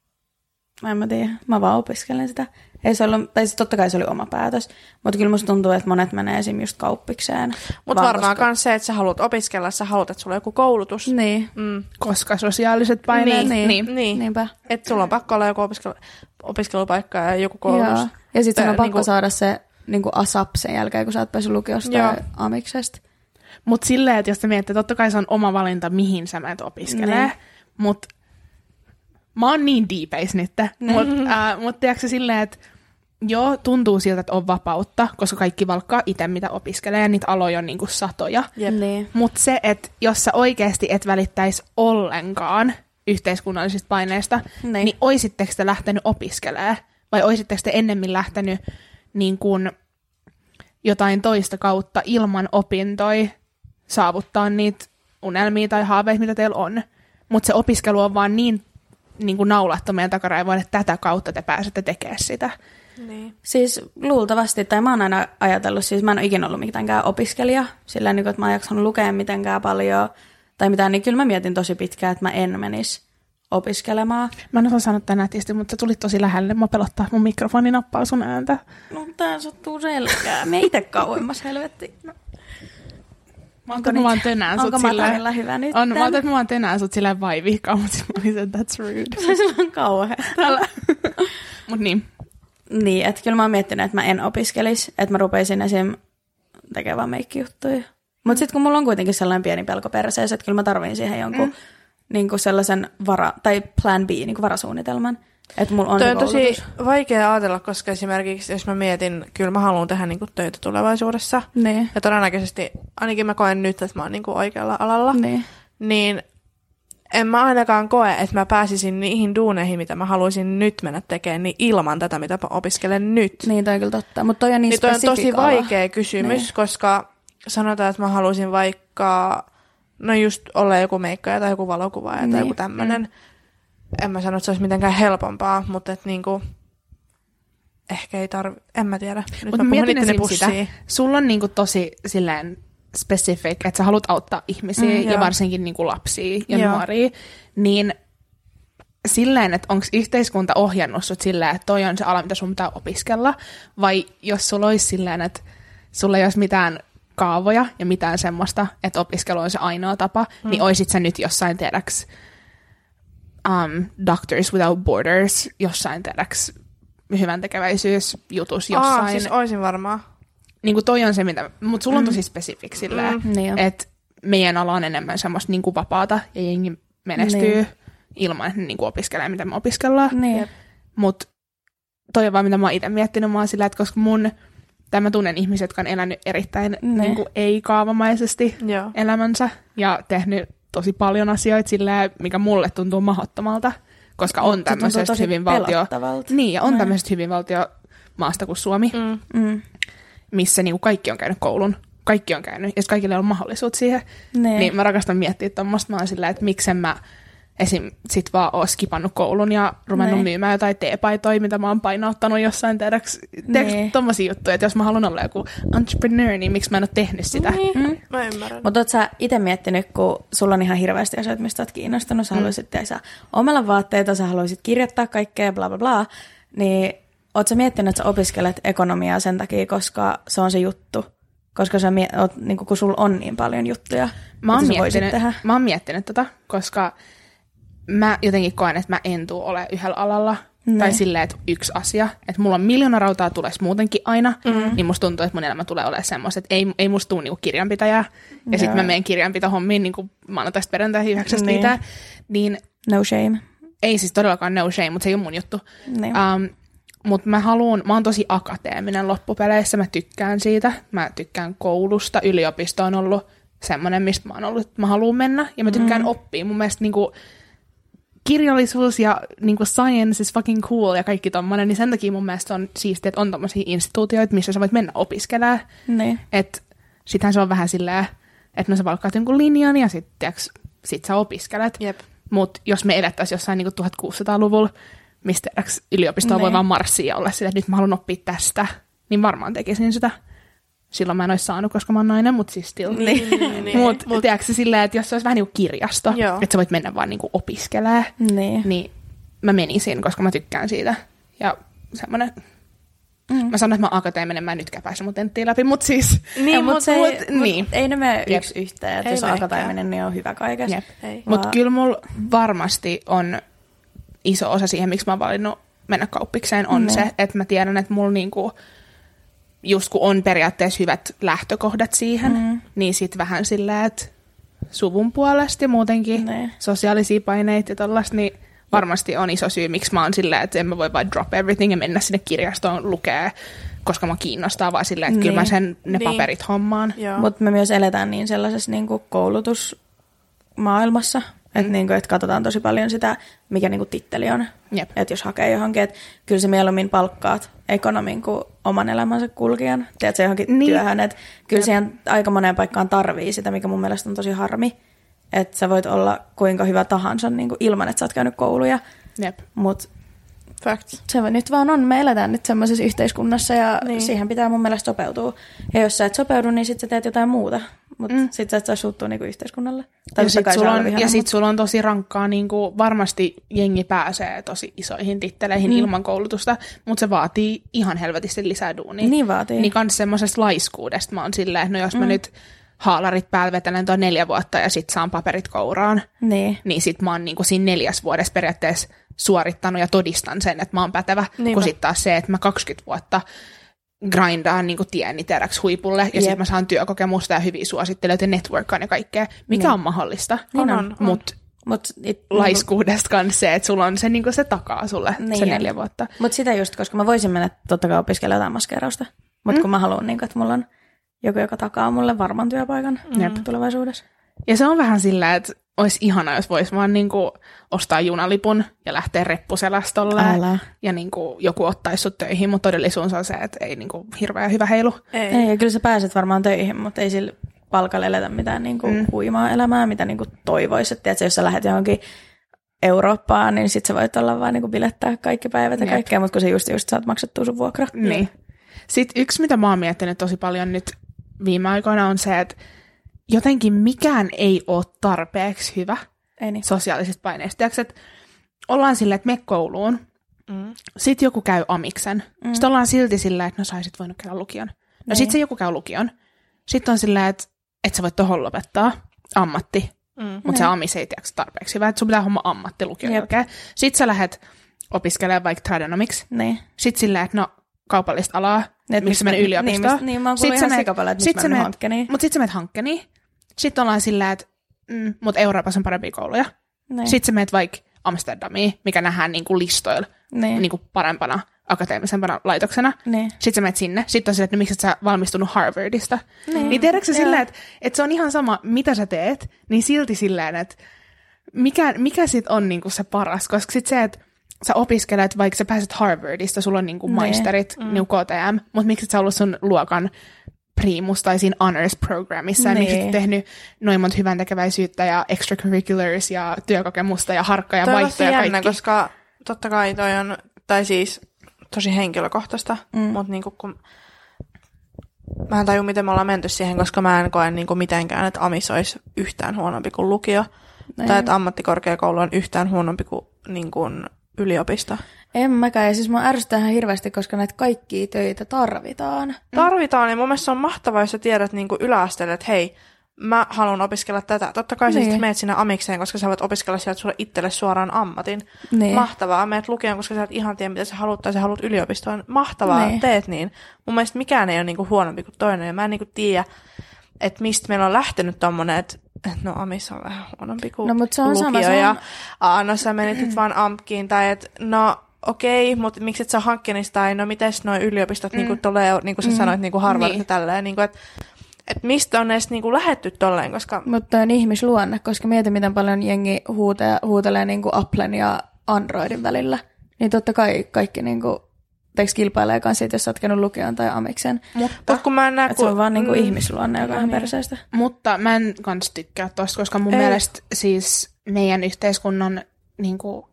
mä en tiedä, mä vaan opiskelen sitä. Ei se ollut, tai siis totta kai se oli oma päätös, mutta kyllä musta tuntuu, että monet menee esim. Just kauppikseen. Mutta varmaan myös se, että sä haluat opiskella, sä haluat, että sulla on joku koulutus. Niin. Koska sosiaaliset paineet. Niin. Niinpä. Että sulla on pakko olla joku opiskelupaikka ja joku koulutus. Joo. Ja sitten sun on pakko saada se niin kuin ASAP sen jälkeen, kun sä oot päässyt lukiosta tai amiksesta. Mutta silleen, että jos sä mietit, totta kai se on oma valinta, mihin sä menet opiskelee, mutta mä oon niin deepeis nyt, mutta tiedätkö silleen, että joo, tuntuu siltä, että on vapautta, koska kaikki valkkaa itse, mitä opiskelee, ja niitä aloja on niinku satoja. Niin. Mutta se, että jos sä oikeasti et välittäisi ollenkaan yhteiskunnallisista paineista, niin oisitteko te lähtenyt opiskelemaan? Vai oisitteko te ennemmin lähtenyt niin kuin jotain toista kautta ilman opintoja saavuttaa niitä unelmia tai haaveita, mitä teillä on? Mutta se opiskelu on vaan niin kuin naulattu meidän takaraivoon, että tätä kautta te pääsette tekemään sitä. Niin. Siis luultavasti, tai mä oon aina ajatellut, siis mä en ole ikinä ollut mitenkään opiskelija, sillä niin kuin, että mä en jaksanut lukea mitenkään paljon, tai mitään, niin kyllä mä mietin tosi pitkään, että mä en menisi opiskelemaan. Mä en osaa sanoa tämän nätisti, mutta sä tulit tosi lähelle. Mä pelottaa, että mun mikrofoni nappaa sun ääntä. No tää sattuu selkään. Me itse kauemmas, helvetti. No. Mä oon vaan tönään sut silleen. Onko hyvä nyt? Mä oon, että mä vaan tönään sut silleen vaivihkaan, mutta mä olin että that's rude. Se on kauhean. Mut niin. Niin, että kyllä mä oon miettinyt, että mä en opiskelisi, että mä rupeisin esim. Tekemään meikkijuttuja. Mutta sitten kun mulla on kuitenkin sellainen pieni pelko perseessä, että kyllä mä tarviin siihen jonkun niinku sellaisen tai plan B, niinku varasuunnitelman. Että mulla on toi on tosi vaikea ajatella, koska esimerkiksi jos mä mietin, kyllä mä haluan tehdä niinku töitä tulevaisuudessa. Niin. Ja todennäköisesti, ainakin mä koen nyt, että mä oon niinku oikealla alalla. Niin en mä ainakaan koe, että mä pääsisin niihin duuneihin, mitä mä haluaisin nyt mennä tekemään, niin ilman tätä, mitä mä opiskelen nyt. Niin, toi on kyllä totta. Mutta toi on niin toi on tosi vaikea kysymys, koska sanotaan, että mä haluaisin vaikka, no just olla joku meikkaaja tai joku valokuvaaja tai joku tämmönen. En mä sano, että se olisi mitenkään helpompaa, mutta että niinku, ehkä ei en mä tiedä. Nyt mut mä puhun itteni sitä. Sulla on niinku tosi silleen specific, että sä haluat auttaa ihmisiä ja varsinkin niinku lapsia ja nuoria, niin silleen, että onko yhteiskunta ohjannut sut silleen, että toi on se ala, mitä sun pitää opiskella, vai jos sulla olisi silleen, että sulla ei olisi mitään kaavoja ja mitään semmoista, että opiskelu on se ainoa tapa, niin oisit sä nyt jossain tiedäks Doctors Without Borders, jossain tiedäks hyvän tekeväisyysjutus jossain. Siis oisin varmaan. Niinku toi on se, mitä, mutta sulla on tosi spesifik silleen, että meidän ala on enemmän semmoista niinku vapaata ja jengi menestyy ilman, että ne niinku opiskelee, mitä me opiskellaan. Mutta toi on vaan, mitä mä oon itse miettinyt, mä oon sillä, että koska mä tunnen ihmisiä, jotka on elänyt erittäin niinku ei-kaavamaisesti elämänsä ja tehnyt tosi paljon asioita silleen, mikä mulle tuntuu mahdottomalta, koska on tämmöisestä tämmöisestä hyvinvaltiomaasta kuin Suomi, missä niinku kaikki on käynyt koulun. Kaikki on käynyt, ja kaikille on mahdollisuus siihen. Niin mä rakastan miettiä tuommoista. Mä oon silleen, että miksen mä esim. Sit vaan oon skipannut koulun ja ruvennut myymään jotain teepaitoja, mitä mä oon painauttanut jossain tommosia juttuja, että jos mä haluan olla joku entrepreneur, niin miksi mä en ole tehnyt sitä? Mä ymmärrän. Mutta oot sä itse miettinyt, kun sulla on ihan hirveästi asioita, mistä oot kiinnostunut, sä haluaisit tehdä omalla vaatteita, sä haluaisit kirjoittaa kaikkea, bla bla bla, niin oot sä miettinyt, että sä opiskelet ekonomiaa sen takia, koska se on se juttu? Koska sä niin kun sulla on niin paljon juttuja, mä oon miettinyt tätä, koska mä jotenkin koen, että mä en tule ole yhdellä alalla. Tai silleen, että yksi asia. Että mulla on 1,000,000 rautaa tulisi muutenkin aina. Niin musta tuntuu, että mun elämä tulee olemaan semmoista, että ei musta tule niinku kirjanpitäjää. Ja sitten mä menen kirjanpitohommiin niinku maanantaista perjantaihin 9:00 niin no shame. Ei siis todellakaan no shame, mutta se ei ole mun juttu. Mutta mä oon tosi akateeminen loppupeleissä. Mä tykkään siitä. Mä tykkään koulusta. Yliopisto on ollut semmoinen, mistä mä oon ollut, että mä haluan mennä, ja mä tykkään oppia. Mun mielestä niinku kirjallisuus ja niinku science is fucking cool ja kaikki tommonen, niin sen takia mun mielestä on siistiä, että on tommosia instituutioita, missä sä voit mennä opiskelemaan. Niin. Että sitähän se on vähän silleen, että no sä valkkaat jonkun linjan ja sit sä opiskelet. Jep. Mut jos me edettäisiin jossain niinku 1600-luvulla, mistä yliopistoa voi vaan marssia ja olla silleen, että nyt mä haluan oppia tästä, niin varmaan tekisin sitä. Silloin mä en olisi saanut, koska mä oon nainen, mutta siis still. Mutta tiedätkö silleen, että jos se olisi vähän niin kuin kirjasto, että sä voit mennä vaan niin kuin opiskelemaan, niin mä menisin, koska mä tykkään siitä. Ja semmoinen, mä sanon, että mä oon akateeminen, mä en nytkään päässyt mun tenttiin läpi, mutta siis. Niin, mutta ei ne mene yksi yhteen, että jos on akateeminen, niin on hyvä kaikessa. Mutta kyllä mulla varmasti on iso osa siihen, miksi mä oon valinnut mennä kauppikseen, on se, että mä tiedän, että mulla niinku just kun on periaatteessa hyvät lähtökohdat siihen, niin sit vähän silleen, että suvun puolesta ja muutenkin sosiaalisia paineita ja tollaista, niin varmasti on iso syy, miksi mä oon silleen, että en mä voi vain drop everything ja mennä sinne kirjastoon lukee, koska mä kiinnostaa vaan silleen, että kyllä mä ne paperit hommaan. Mutta me myös eletään niin sellaisessa niinku koulutusmaailmassa, että niinku, et katsotaan tosi paljon sitä, mikä niinku titteli on. Että jos hakee johonkin, että kyllä se mieluummin palkkaat ekonomin kuin oman elämänsä kulkijan. Tiedätkö johonkin työhön, että kyllä siihen aika moneen paikkaan tarvii sitä, mikä mun mielestä on tosi harmi. Että sä voit olla kuinka hyvä tahansa niinku ilman, että sä oot käynyt kouluja. Mutta se nyt vaan on. Me eletään nyt semmoisessa yhteiskunnassa ja siihen pitää mun mielestä sopeutua. Ja jos sä et sopeudu, niin sit sä teet jotain muuta. Mutta sit sä et saa suuttua niinku yhteiskunnalle. Ja sit sulla on tosi rankkaa, niinku, varmasti jengi pääsee tosi isoihin titteleihin ilman koulutusta, mutta se vaatii ihan helvetisti lisää duunia. Niin vaatii. Niin kans semmosesta laiskuudesta mä oon silleen, että no jos mä nyt haalarit päällä vetelen tuon 4 vuotta ja sit saan paperit kouraan, niin sit mä oon niinku siinä 4 vuodessa periaatteessa suorittanut ja todistan sen, että mä oon pätevä, kun sit taas se, että mä 20 vuotta grindaan niin tieni teräksi huipulle, ja sitten mä saan työkokemusta ja hyviä suosittelijoita ja networkaan ja kaikkea, mikä on mahdollista. Mutta laiskuudesta kanssa se, että sulla on se, niin se takaa sulle se 4 vuotta. Mutta sitä just, koska mä voisin mennä totta kai opiskella jotain maskeerausta, mutta kun mä haluan, niin että mulla on joku, joka takaa mulle varman työpaikan tulevaisuudessa. Ja se on vähän sillä, että olisi ihanaa, jos voisi vaan niinku ostaa junalipun ja lähteä reppuselästolle ja niinku joku ottaisi sut töihin, mutta todellisuus on se, että ei niinku hirveän hyvä heilu. Ei, ja kyllä sä pääset varmaan töihin, mutta ei sillä palkalla eletä mitään niinku huimaa elämää, mitä niinku toivoisi. Että jos sä lähdet johonkin Eurooppaan, niin sit sä voit olla vaan niinku bilettää kaikki päivät ja kaikkea, mutta kun sä just saat maksettua sun vuokra. Niin. Sitten yksi, mitä mä oon miettinyt tosi paljon nyt viime aikoina on se, että jotenkin mikään ei ole tarpeeksi hyvä sosiaalisista paineista. Tiedätkö, että ollaan silleen, että mene kouluun, sitten joku käy amiksen, sitten ollaan silti silleen, että no saisit voinut käydä lukion. No sitten se joku käy lukion, sitten on silleen, että et sä voit tohon lopettaa ammatti, mutta se amis ei tiedätkö tarpeeksi hyvä, että sun pitää homma ammatti lukion jälkeen. Sitten sä lähdet opiskelemaan vaikka tradenomics, sitten silleen, että no kaupallista alaa, missä menet yliopistoon. Niin, mä oon kuullut ihan sekapalla, että missä mä hankkeniin. Mutta sitten sä menet hankkeniin. Sitten ollaan silleen, että mutta Euroopassa on parempia kouluja. Sitten sä menet vaikka Amsterdamiin, mikä nähdään niinku listoilla niinku parempana akateemisempana laitoksena. Sitten sä menet sinne. Sitten on silleen, että no, miksi et sä valmistunut Harvardista. Niin tiedätkö sä silleen, että se on ihan sama, mitä sä teet, niin silti silleen, että mikä sit on niinku se paras. Koska sit se, että sä opiskelet, vaikka sä pääset Harvardista, sulla on niinku maisterit, niinku KTM, mutta miksi et sä ollut sun luokan primus tai siinä honors-programmissa, niin miksi et tehnyt noin monta hyvän tekeväisyyttä ja extracurriculars ja työkokemusta ja harkka ja vaihto ja kaikki. Jännä, koska totta kai toi on, tai siis tosi henkilökohtaista, mutta niinku kun mä en tajua, miten me ollaan menty siihen, koska mä en koe niinku mitenkään, että amis olisi yhtään huonompi kuin lukio, tai että ammattikorkeakoulu on yhtään huonompi kuin niinku yliopisto. En mäkään, ja siis mä ärsytän ihan hirveästi, koska näitä kaikkia töitä tarvitaan. Tarvitaan, ja mun mielestä se on mahtavaa, jos sä tiedät niin kuin yläasteelle, että hei, mä haluan opiskella tätä. Totta kai sä sitten meet sinne amikseen, koska sä voit opiskella sieltä sulle itselle suoraan ammatin. Mahtavaa. Meet lukion, koska sä et ihan tiedä, mitä sä haluat, tai sä haluat yliopistoon. Mahtavaa, teet niin. Mun mielestä mikään ei ole niin kuin huonompi kuin toinen, ja mä en niin kuin tiedä, että mistä meillä on lähtenyt tommonen, että no amis on vähän huonompi kuin mutta se on lukio, sama, ja no sä menit nyt vaan AMKiin, tai että no okei, mutta miksi et sä hankkenista, tai no mites noi yliopistot niinku tulee, niin kuin sä sanoit, niinku Harvard ja tälleen, niinku, että että mistä on edes niinku lähetty tolleen, koska... Mutta on ihmisluonne, koska mieti, miten paljon jengi huutelee niinku Applen ja Androidin välillä. Niin totta kai kaikki niinku, kilpailee kanssa siitä, jos sä oot käynyt lukion tai amiksen. Mutta kun mä en näe... Se on vaan niinku ihmisluonne, joka on perseestä. Mutta mä en kans tykkää tosta, koska mun mielestä siis meidän yhteiskunnan niinku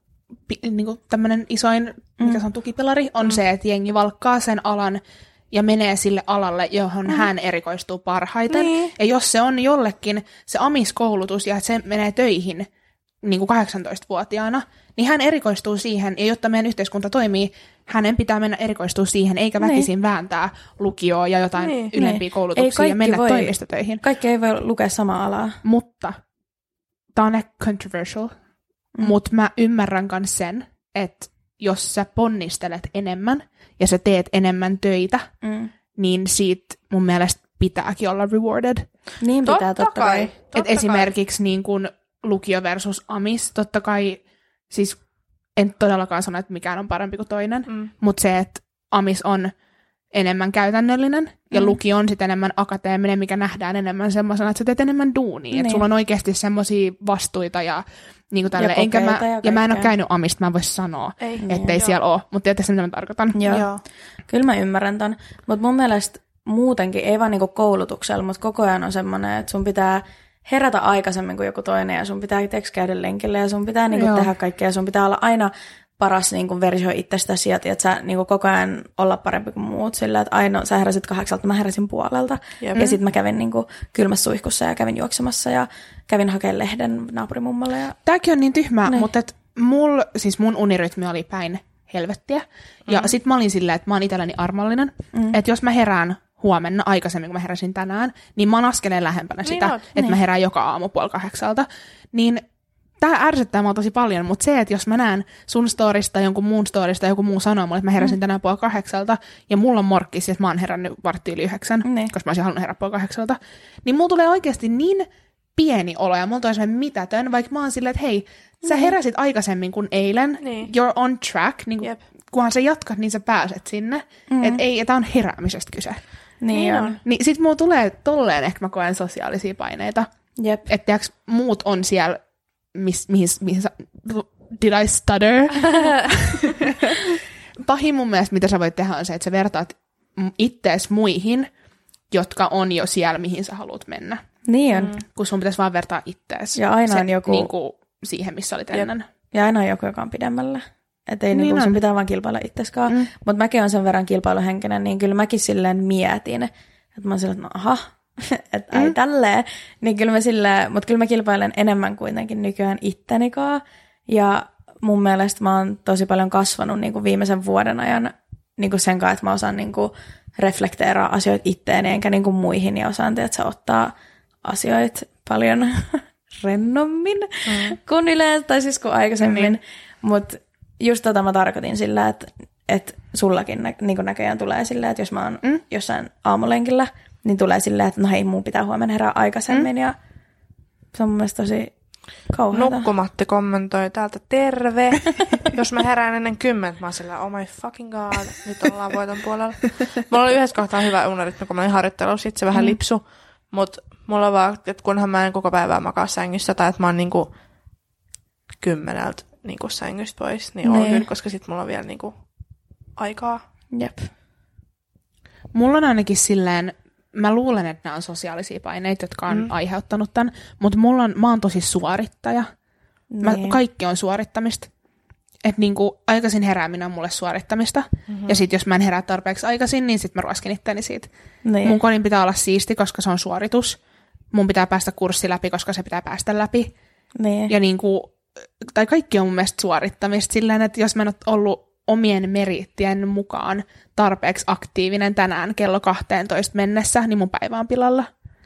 tämmönen isoin, mikä se on tukipilari, on se, että jengi valkkaa sen alan ja menee sille alalle, johon hän erikoistuu parhaiten. Niin. Ja jos se on jollekin se amiskoulutus ja se menee töihin niin kuin 18-vuotiaana, niin hän erikoistuu siihen, ja jotta meidän yhteiskunta toimii, hänen pitää mennä erikoistua siihen, eikä väkisin vääntää lukioa ja jotain ylempiä koulutuksia ja mennä toimistotöihin. Kaikki ei voi lukea samaa alaa. Mutta, tää on ehkä controversial, mutta mä ymmärrän myös sen, että jos sä ponnistelet enemmän ja sä teet enemmän töitä, niin siitä mun mielestä pitääkin olla rewarded. Niin pitää, totta kai. Et esimerkiksi niin kun lukio versus amis, totta kai, siis en todellakaan sano, että mikään on parempi kuin toinen, mutta se, että amis on enemmän käytännöllinen ja lukio on sitten enemmän akateeminen, mikä nähdään enemmän semmoisena, että sä teet enemmän duunia, että sulla on oikeasti semmoisia vastuita ja niin kuin ja mä en ole käynyt amista, mä en voi sanoa, ettei siellä ole, mutta tiedätkö mitä mä tarkoitan? Joo. Kyllä mä ymmärrän ton, mutta mun mielestä muutenkin, ei vaan niinku koulutuksella, mutta koko ajan on semmoinen, että sun pitää herätä aikaisemmin kuin joku toinen ja sun pitää käydä lenkille ja sun pitää niinku tehdä kaikkea ja sun pitää olla aina paras niinku versio itsestäsi ja että sä niinku koko ajan olla parempi kuin muut sillä, että aina sä heräsit 8, mä heräsin 5 ja sit mä kävin niinku kylmässä suihkussa ja kävin juoksemassa ja kävin hakemaan lehden naapurimummalle. Ja... Tääkin on niin tyhmää, mutta siis mun unirytmi oli päin helvettiä ja sit mä olin silleen, että mä oon itselleni armollinen, että jos mä herään huomenna aikaisemmin, kun mä heräsin tänään, niin mä oon askeleen lähempänä sitä, että mä herään joka aamu 7:30, niin tää ärsyttää mua tosi paljon, mutta se, että jos mä näen sun storista, jonkun muun storista, joku muu sanoo mulle, että mä heräsin tänään 7:30, ja mulla on morkkis, että mä oon herännyt 8:15, koska mä olisin halunnut herää 7:30, niin mulla tulee oikeasti niin pieni olo, ja mulla tulee semmoinen mitätön, vaikka mä oon silleen, että hei, sä heräsit aikaisemmin kuin eilen, you're on track, niin kunhan sä jatkat, niin sä pääset sinne, että ei, tää on heräämisestä kyse. Niin on. Niin sit mulla tulee tolleen, ehkä mä koen sosiaalisia paineita. Että tiiäks, muut on siellä, mihin did I stutter? Pahin mun mielestä, mitä sä voit tehdä, on se, että sä vertaat ittees muihin, jotka on jo siellä, mihin sä haluat mennä. Niin on. Kun sun pitäisi vaan vertaa ittees. Ja aina on joku... Niin kuin siihen, missä olit ennen. Ja aina on joku, joka on pidemmällä. Että ei niin sun pitää vaan kilpailla itseskaan. Mutta mäkin on sen verran kilpailuhenkinen, niin kyllä mäkin silleen mietin, että mä oon silleen, että no aha, että ai tälleen. Niin kyllä mä silleen, mutta kyllä mä kilpailen enemmän kuitenkin nykyään ittenikaan. Ja mun mielestä mä oon tosi paljon kasvanut niin kuin viimeisen vuoden ajan niin kuin sen kanssa, että mä osaan niin kuin reflekteeraa asioita itteeni enkä niin kuin muihin. Ja osaan ottaa asioita paljon rennommin kuin yleensä, tai siis kuin aikaisemmin. Mutta just mä tarkoitin sillä, että sullakin niin näköjään tulee silleen, että jos mä oon jossain aamulenkillä, niin tulee silleen, että no hei, mun pitää huomenna herää aikaisemmin, ja se on mun mielestä tosi kauheata. Nukkumatti kommentoi täältä, terve. Jos mä herään ennen 10, mä oon silleen, oh my fucking god, nyt ollaan voiton puolella. Mulla oli yhdessä kohtaa hyvä unerytmi, kun mä olin harjoittelussa, sit se vähän lipsu, mutta mulla vaan, että kunhan mä en koko päivää makaa sängyssä, tai että mä oon niinku 10 niinku sängystä pois, niin on kyllä, koska sit mulla on vielä niinku aikaa. Jep. Mulla on ainakin silleen, mä luulen, että nämä on sosiaalisia paineita, jotka on aiheuttanut tämän, mutta mä oon tosi suorittaja. Kaikki on suorittamista. Että niinku aikaisin herääminen on mulle suorittamista. Ja sit jos mä en herää tarpeeksi aikaisin, niin sit mä ruoskin itteni siitä. Mun kodin pitää olla siisti, koska se on suoritus. Mun pitää päästä kurssi läpi, koska se pitää päästä läpi. Ja niinku, tai kaikki on mun mielestä suorittamista silleen, että jos mä en ole ollut omien merittien mukaan tarpeeksi aktiivinen tänään kello 12 mennessä, niin mun päivä on pilalla.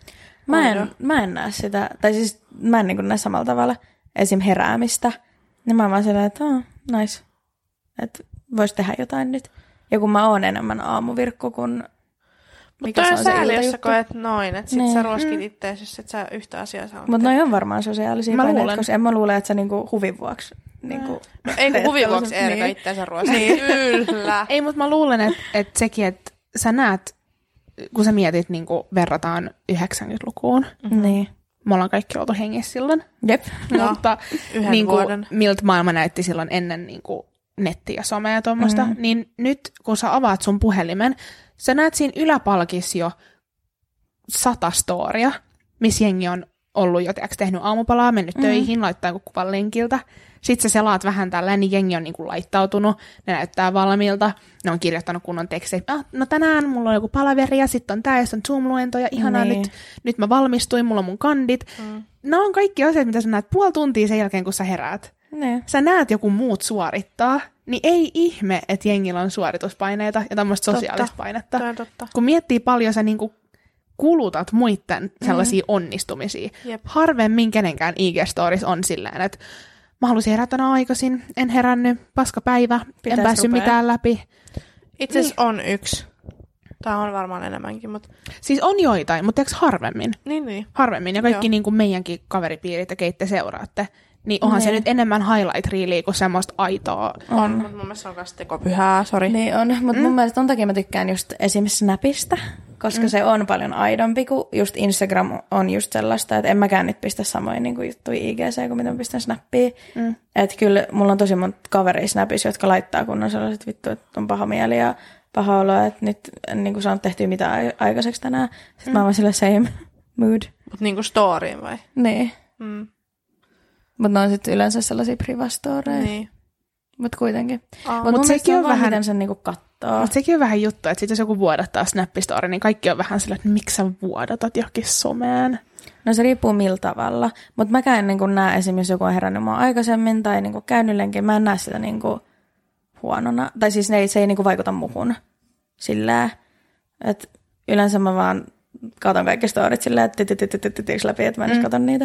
Mä en näe sitä, tai siis mä en niin näe samalla tavalla esim. Heräämistä. Niin mä vaan silleen, että nice, että vois tehdä jotain nyt. Ja kun mä oon enemmän aamuvirkku kuin mikä se on se iltajuttu. Jos sä koet noin, että sit sä ruoskit ittees, jos et sä yhtä asiaa saa. Mutta noi on varmaan sosiaalisia paineita, koska en mä luule, että sä niinku huvin vuoksi. Niinku, no ei kun huvin vuoksi Eerika itteensä ruoskit. Kyllä. Ei, mutta mä luulen, että sekin, että sä näet kun sä mietit, niin kuin verrataan 90-lukuun, Niin. me ollaan kaikki oltu hengissä silloin. Jep. Mutta yhden niin kuin, vuoden. miltä maailma näytti silloin ennen niin kuin nettiä ja somea ja tuommoista, niin nyt kun sä avaat sun puhelimen, sä näet siinä yläpalkissa jo 100 storia, missä jengi on ollut jo tehnyt aamupalaa, mennyt töihin, laittaa joku kuvan lenkiltä. Sitten sä selaat vähän tällä, niin jengi on niinku laittautunut, ne näyttää valmiilta, ne on kirjoittanut kunnon tekstejä, no tänään mulla on joku palaveri ja sitten on tää, ja on Zoom-luento, ja ihanaa, nyt mä valmistuin, mulla on mun kandit. Nämä on kaikki asiat, mitä sä näet puoli tuntia sen jälkeen, kun sä heräät. Ne. Sä näet joku muut suorittaa, niin ei ihme, että jengillä on suorituspaineita ja tämmöistä sosiaalista painetta. Totta. Kun miettii paljon, sä niinku kulutat muiden sellaisia onnistumisia. Jep. Harvemmin kenenkään IG-stories on silleen, että mä halusin herätä aikaisin, en herännyt, paska päivä, en päässyt mitään läpi. Itse asiassa on yksi. Tää on varmaan enemmänkin, mutta... Siis on joitain, mutta eikö harvemmin? Niin. Harvemmin, ja kaikki niin kuin meidänkin kaveripiirit ja keitä seuraatte, niin onhan se nyt enemmän highlight-reeliä kuin semmoista aitoa. On, mutta mun mielestä se on myös tekopyhää, sori. Niin on, mutta mun mielestä ton takia mä tykkään just esimerkiksi Snapista, koska se on paljon aidompi, kuin just Instagram on just sellaista, että en mäkään nyt pistä samoin niin kuin juttuja IGC kuin mitä mä pistän Snappiin. Että kyllä mulla on tosi monta kaveria Snapissa, jotka laittaa kunnon sellaiset vittu, että on paha mieli ja paha olo, että nyt en niin kuin saanut tehtyä mitään aikaiseksi tänään. Sitten mä oon sillä same mood. Mutta niinku storyin vai? Niin. Mutta ne on sitten yleensä sellaisia privastoreja. Niin. Mutta kuitenkin. Mut mun sekin on on vähän, vähän miten sen niinku kattoo. Mutta sekin on vähän juttu, että sit jos joku vuodattaa Snap-story, niin kaikki on vähän sillä, että miksi sä vuodatat johonkin someen. No se riippuu millä tavalla. Mutta mäkään niin kun näe esimerkiksi, joku on herännyt mua aikaisemmin tai niin käynyt lenkin, mä en näe sitä niin huonona. Tai siis se ei niin vaikuta muhun sillä, että yleensä mä vaan katon kaikki storit silleen, että läpi, että mä en edes katon niitä.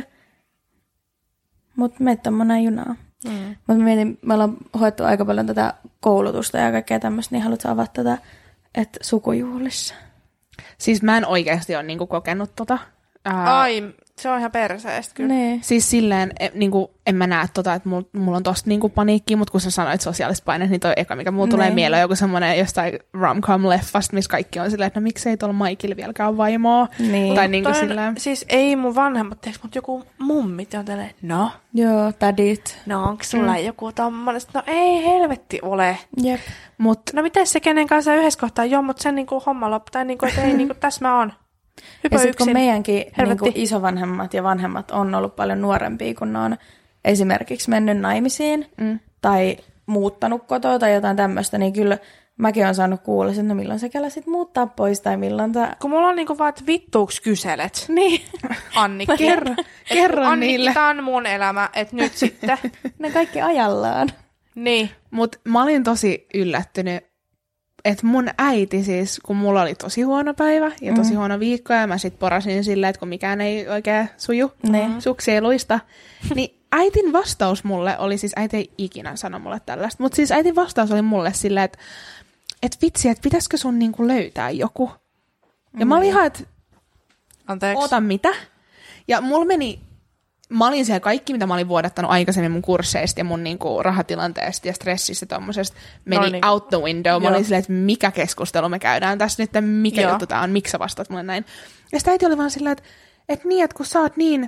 Mutta meitä on moneen junaa. Mutta mä mietin, me ollaan hoettu aika paljon tätä koulutusta ja kaikkea tämmöistä, niin haluatko avata tätä, että sukujuhlissa? Siis mä en oikeasti ole niinku kokenut tota. Ai, se on ihan perseestä kyllä. Nee. Siis silleen, niinku, en mä näe tota, että mulla on tosta niinku paniikkiä, mutta kun sä sanoit sosiaalista paineet, niin toi eka, mikä mulla tulee mieleen, joku semmoinen jostain rom-com-leffasta, missä kaikki on silleen, että no miksei tuolla Maikilla vieläkään vaimoa. Niin. Tai niinku silleen. Siis ei mun vanhemmat teeks, mutta joku mummit on tälleen, no. Joo, tädit. No onko sulla joku tommonen? No ei helvetti ole. Jep. No miten se kenen kanssa yhdessä kohtaa? Joo, mutta sen niinku homma loppu. Tai niinku, että ei niinku, tässä mä oon. Ja sitten kun meidänkin niinku isovanhemmat ja vanhemmat on ollut paljon nuorempia, kun ne on esimerkiksi mennyt naimisiin tai muuttanut kotoa tai jotain tämmöistä, niin kyllä mäkin olen saanut kuulla, että no milloin sä kela sit muuttaa pois tai milloin Kun mulla on niinku vaan, että vittuuks kyselet. Niin. Annikki. Kerro Annikki, niille. tää on mun elämä, että nyt sitten. Ne kaikki ajallaan. Niin. Mut mä olin tosi yllättynyt, että mun äiti siis, kun mulla oli tosi huono päivä ja tosi huono viikko, ja mä sit porasin silleen, että kun mikään ei oikein suju, suksi ei luista, niin äitin vastaus mulle oli, siis äiti ei ikinä sano mulle tällaista, mutta siis äitin vastaus oli mulle silleen, että vitsi, että pitäisikö sun niinku löytää joku? Ja mä olin ihan, että oota mitä? Ja mulla meni, mä olin siellä kaikki, mitä mä olin vuodattanut aikaisemmin mun kursseista ja mun niinku rahatilanteesta ja stressistä tommosesta, meni out the window. Mä olin silleen, että mikä keskustelu me käydään tässä nyt, mikä juttu tää on, miksi sä vastaat mulle näin. Ja sitä äiti oli vaan silleen, että niin, että kun sä oot niin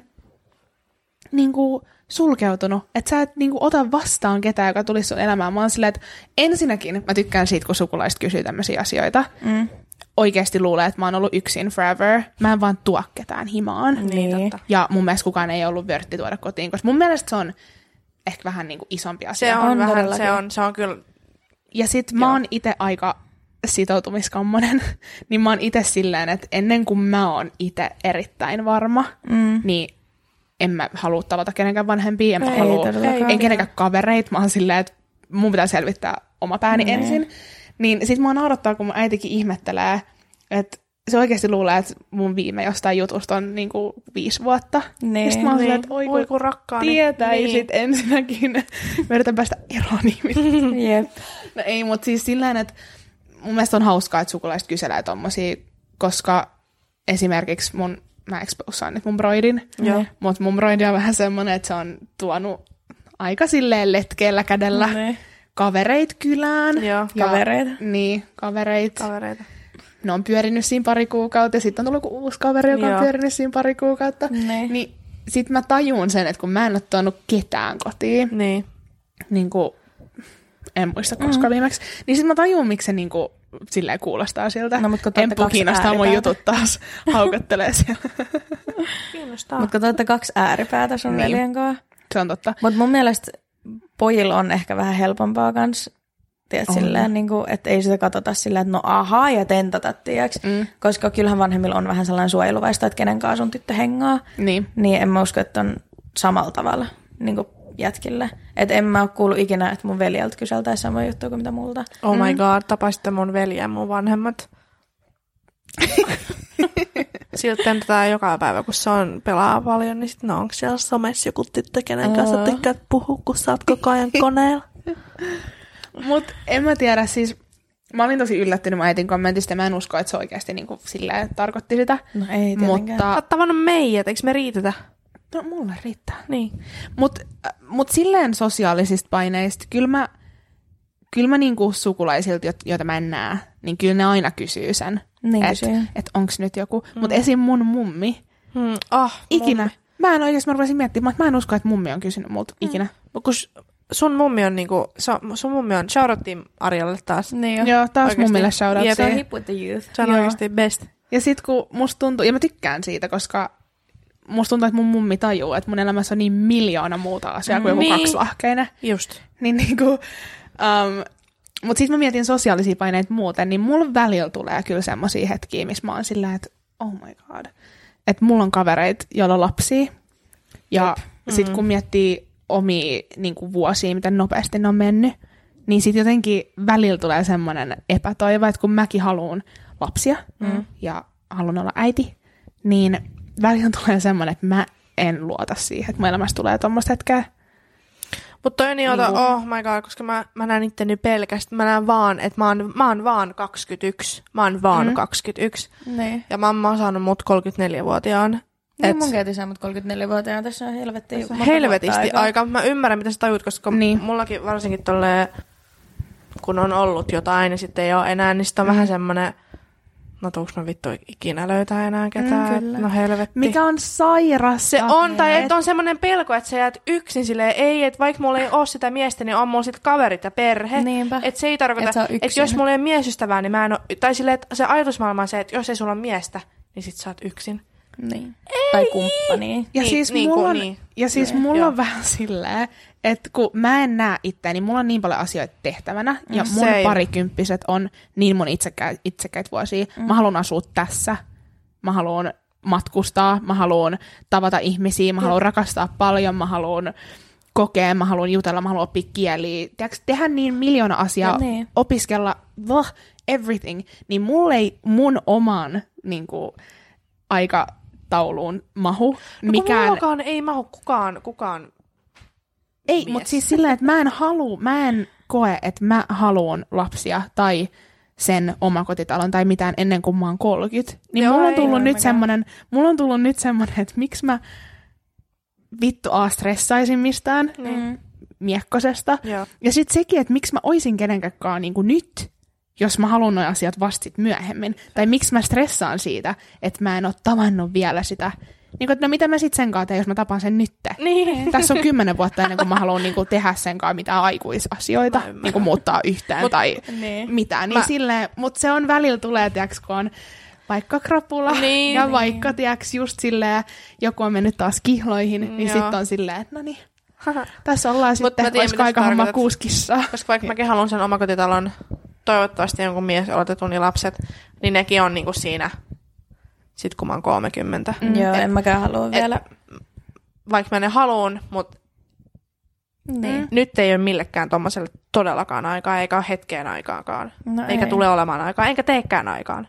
niinku sulkeutunut, että sä et niinku ota vastaan ketään, joka tulisi sun elämään. Mä oon silleen, että ensinnäkin mä tykkään siitä, kun sukulaiset kysyy tämmöisiä asioita. Oikeasti luulee, että mä oon ollut yksin forever. Mä en vaan tuo ketään himaan. Niin. Ja mun mielestä kukaan ei ollut vörtti tuoda kotiin, koska mun mielestä se on ehkä vähän niinku isompi asia. Se on vähän, se on kyllä. Ja sit mä oon ite aika sitoutumiskammonen, niin mä oon ite silleen, että ennen kuin mä oon ite erittäin varma, niin en mä halua tavata kenenkään vanhempia, en kenenkään kavereita. Mä oon silleen, että mun pitää selvittää oma pääni ensin. Niin sit mua naurattaa, kun mun äitikin ihmettelee, että se oikeasti luulee, että mun viime jostain jutusta on niinku 5 vuotta. Ja sit mä oon silleen, että oi kun rakkaani tietäisit ensinnäkin. Mä yritän päästä eroon ihmistä. Jep. No ei, mutta siis silleen, että mun mielestä on hauskaa, että sukulaiset kyselee tommosia, koska esimerkiksi mä exposaan nyt mun broidin, mutta mun broidi on vähän semmonen, että se on tuonut aika silleen letkeellä kädellä kavereit kylään. Joo, kavereita. Niin, kavereita. ne on pyörinyt siinä pari kuukautta, ja sitten on tullut uusi kaveri, joka on pyörinyt siinä pari kuukautta. Niin sitten mä tajun sen, että kun mä en ole tuonut ketään kotiin, niin kuin, en muista koska viimeksi, niin sitten mä tajun, miksi se niin kuin, silleen kuulostaa siltä. No, mutta Emppu kiinnostaa mun jutut taas, haukottelee siellä. Kiinnostaa. Mutta kun te olette 2 ääripäätä sun veljen kanssa. Se on totta. Mutta mun mielestä pojilla on ehkä vähän helpompaa kans, tiedät, silleen, niin kuin, että ei sitä katsota silleen, että no ahaa ja tentata, tiedäks. Koska kyllähän vanhemmilla on vähän sellainen suojeluvaista, että kenen kanssa sun tyttö hengaa. Niin en mä usko, että on samalla tavalla niin kuin jätkille. Että en mä ole kuullut ikinä, että mun veljeltä kyseltäisi samaa juttua kuin mitä multa. Oh my god, tapaisitte mun veljeä ja mun vanhemmat. Siltä tentataan joka päivä, kun se on pelaa paljon, niin sitten no, onko siellä somessa joku tyttö, kenen kanssa tykkäät puhua, kun sä oot koko ajan koneella. Mut en mä tiedä, siis mä olin tosi yllättynyt mun äitin kommentista, ja mä en usko, että se oikeasti niinku silleen tarkoitti sitä. No ei tietenkään. Mutta oot tavannut meidät, eikö me riitetä? No mulle riittää. Niin. Mut silleen sosiaalisista paineista, kyllä mä niinku sukulaisilta, joita mä en näe, niin kyllä ne aina kysyy sen, niin että onks nyt joku. Mut esim. Mun mummi, ikinä. Mummi. Mä en oikeesti, mä rupesin miettimään, että mä en usko, että mummi on kysynyt multa ikinä. Kun sun mummi on niinku, sun mummi on, shoutouttiin Arjalle taas. Niin joo, taas oikeasti. Mummille shoutouttiin. Se on hip with the youth. Se on oikeasti best. Ja sit kun musta tuntuu, ja mä tykkään siitä, koska musta tuntuu, että mun mummi tajuu, että mun elämässä on niin miljoona muuta asiaa kuin joku kaksilahkeinen. Just. Niin niinku, mut sit mä mietin sosiaalisia paineita muuten, niin mulla välillä tulee kyllä semmosia hetkiä, missä mä oon sillä, että oh my god. Että mulla on kavereita, joilla on lapsia. Ja sit kun miettii omia niinku vuosia, miten nopeasti ne on mennyt, niin sit jotenkin välillä tulee semmoinen epätoivo, että kun mäkin haluan lapsia ja haluan olla äiti, niin välillä tulee semmoinen, että mä en luota siihen, että mun elämässä tulee tommoista hetkeä. Mutta toi on niin, oh my god, koska mä näen itteni pelkästään. Mä näen vaan, että mä oon vaan 21. Mä oon vaan 21. Niin. Ja mamma on saanut mut 34-vuotiaan. Niin mun käytiin saa mut 34-vuotiaan. Tässä on helvetisti aika. Mä ymmärrän, mitä sä tajut, koska mullakin varsinkin tolleen, kun on ollut jotain ja sitten ei ole enää, niin sitten on vähän semmoinen, no tuuks mä vittu ikinä löytää enää ketään. No helvetti. Mikä on sairasta. Se on, tai että on semmoinen pelko, että sä jäät yksin silleen, ei, että vaikka mulla ei ole sitä miestä, niin on mulla sit kaverit ja perhe. Niinpä. Että se ei tarkoita, että jos mulla ei ole miesystävää, niin mä en ole, tai silleen, että se ajatusmaailma on se, että jos ei sulla ole miestä, niin sit sä oot yksin. Niin. Tai kumppani. Ja siis mulla on vähän silleen, että kun mä en näe itseäni, mulla on niin paljon asioita tehtävänä, ja mun parikymppiset on niin mun itsekkäitä vuosia. Mä haluan asua tässä, mä haluan matkustaa, mä haluan tavata ihmisiä, mä haluan rakastaa paljon, mä haluan kokea, mä haluan jutella, mä haluan oppia kieliä. Tehdä niin miljoona asiaa, opiskella, everything. Niin mulle ei mun oman niinku, aikatauluun mahu. No mullakaan ei mahu kukaan. Ei, mutta siis sillä, että mä en koe, että mä haluan lapsia tai sen omakotitalon tai mitään ennen kuin mä oon 30. Niin joo, mulla on tullut nyt semmonen, että miksi mä vittu stressaisin mistään miekkosesta. Joo. Ja sit sekin, että miksi mä oisin kenenkäkään niin kuin nyt, jos mä haluan nuo asiat vastit myöhemmin. Tai miksi mä stressaan siitä, että mä en ole tavannut vielä sitä. Niin kuin, no mitä mä sitten sen kanssa teen, jos mä tapaan sen nytte? Niin. Tässä on 10 vuotta ennen kuin mä haluan niin kuin, tehdä sen kanssa mitään aikuisasioita, niin kuin muuttaa yhtään tai mitään. Niin silleen, mutta se on välillä tulee, tiiäks, kun on vaikka krapula ja vaikka tiiäks, just silleen, joku on mennyt taas kihloihin, niin sitten on silleen, että no niin, tässä ollaan sitten, olisiko aika homma 6 kissaa. Koska vaikka mäkin haluan sen omakotitalon, toivottavasti jonkun mies oletetun ja lapset, niin nekin on niinku siinä, sit kun mä oon 30. Joo, en mäkään halua vielä. Vaikka mä ne haluun, mutta nyt ei ole millekään tommoselle todellakaan aikaa, eikä ole hetkeen aikaakaan. No eikä tule olemaan aikaa, enkä teekään aikaan.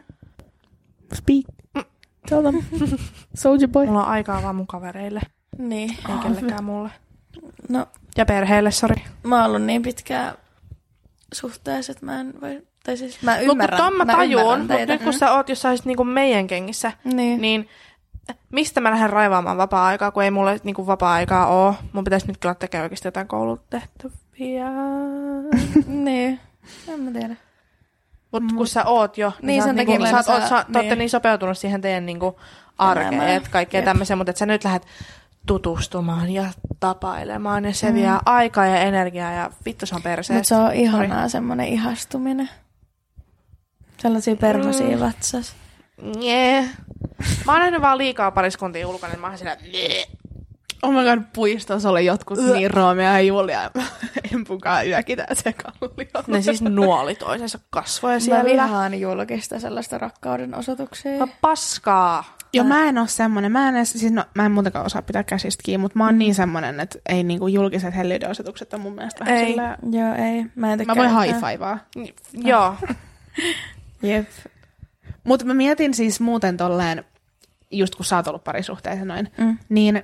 Speak. Tell them. Soldier boy. Mulla on aikaa vaan mun kavereille. Niin. Ei kellekään mulle. No. Ja perheelle, sori. Mä oon ollut niin pitkään suhteessa, että mä en voi... Tai siis mä ymmärrän. Mutta mä tajun, mutta nyt kun sä oot jossain niinku meidän kengissä, niin mistä mä lähden raivaamaan vapaa-aikaa, kun ei mulle niinku vapaa-aikaa oo. Mun pitäisi nyt kyllä tekee oikeasti jotain koulutehtäviä. Niin, en mä tiedä. Mutta kun sä oot jo, niin sä ootte niin sopeutunut siihen teidän niinku arkeen, että kaikkea tämmöisiä, mutta et sä nyt lähdet tutustumaan ja tapailemaan, ja se vie aikaa ja energiaa, ja vittu se on perseestä. Mutta se on ihanaa semmoinen ihastuminen. Sellaisia perhosia vatsas. Yeah. Mä oon nähnyt vaan liikaa pariskuntia ulkona, niin mä oon sillä oh my god, puistossa oli jotkut niin Roomia ja Julia. En pukaan yökitään se kallio. Ne siis nuoli toisensa kasvoja siellä. Mä vihaan julkista sellaista rakkauden osoituksia. No paskaa. Joo, mä en oo semmonen. Mä en muutenkaan osaa pitää käsistä kiinni, mutta mä oon niin semmonen, että ei niinku julkiset hellyydenosoitukset on mun mielestä vähän sillä... Joo, ei. Mä voin high-fivaa. Joo. Jep. Mutta mä mietin siis muuten tolleen, just kun sä oot ollut parisuhteessa noin, niin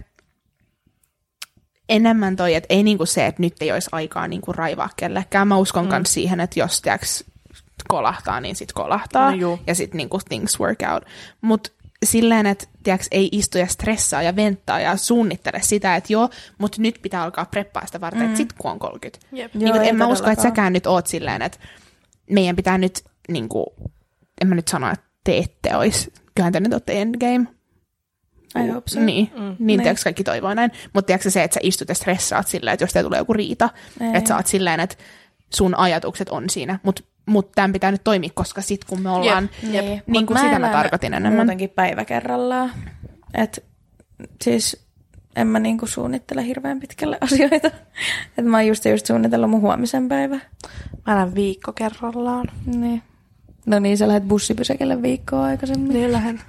enemmän toi, että ei niinku se, että nyt ei olisi aikaa niinku raivaa kellekään. Mä uskon kans siihen, että jos tiiäks kolahtaa, niin sit kolahtaa. No, ja sit niinku things work out. Mut silleen, että tiiäks, ei istu ja stressaa ja venttaa ja suunnittele sitä, että joo, mutta nyt pitää alkaa preppaa sitä varten, että sit kun on 30. Yep. Niin joo, en mä usko, että säkään nyt oot silleen, että meidän pitää nyt, niinku, en mä nyt sano, että te ette ois. Kyllähän te nyt ootte endgame. I hope so. Niin tiiäks, kaikki toivoo näin. Mutta tiiäks se, että sä istut ja stressaat silleen, että jos te tulee joku riita, että sä oot silleen, että sun ajatukset on siinä, mutta tämän pitää nyt toimia, koska sit kun me ollaan, niin kuin sitä mä tarkoitin enemmän. Muutenkin päivä kerrallaan. Et siis en mä niinku suunnittele hirveän pitkälle asioita. Et mä oon just suunnitellut mun huomisen päivä. Mä elän viikko kerrallaan. Niin. No niin, sä lähdet bussipysäkille viikkoa aikaisemmin. Niin lähden.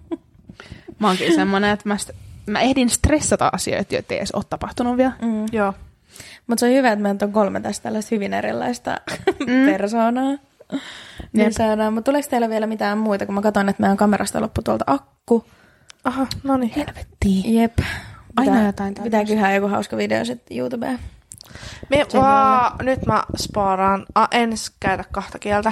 Mä oonkin semmonen, että mä ehdin stressata asioita, joita ei edes ole tapahtunut vielä. Joo. Mutta se on hyvä, että meillä on 3 tästä tällaista hyvin erilaista persoonaa. Niin saadaan. Mutta tuleeko teillä vielä mitään muita, kun mä katson, että meidän kamerasta loppui tuolta akku. Aha, no niin. Helvettiin. Jep. Aina jotain pitää kyhää joku hauska video sitten YouTubeen. Nyt mä spaaraan. En käytä 2 kieltä.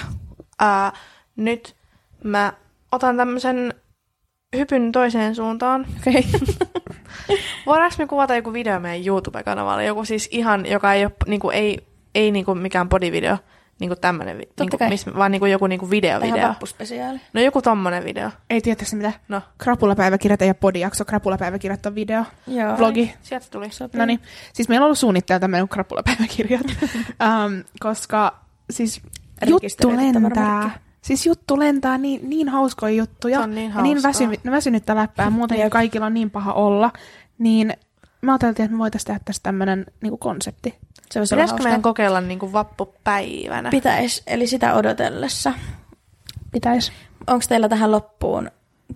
Nyt mä otan tämmösen hypyn toiseen suuntaan. Okei. Voidaanko me kuvata joku video meidän YouTube-kanavalle? Joku siis ihan, joka ei ole niinku, ei niinku mikään bodyvideo, niinku tämmönen, niinku, vaan niinku joku niinku videovideo. Tähän vappuspesiaali. No joku tommonen video. Ei tietysti mitä. No. Krapulapäiväkirjat ei ole podijakso, krapulapäiväkirjat on video. Joo. Vlogi. Sieltä tuli. Noniin. Siis meillä on ollut suunnitteilla tämmöinen krapulapäiväkirjat, koska siis juttu lentää niin hauskoja juttuja. Se on niin ja niin väsynyttä läppää. Muutenkin kaikilla on niin paha olla. Niin mä ajattelin, että me voitaisiin tehdä tästä tämmöinen niinku konsepti. Pitäisikö meidän kokeilla niinku vappupäivänä? Pitäis, eli sitä odotellessa. Pitäis. Onko teillä tähän loppuun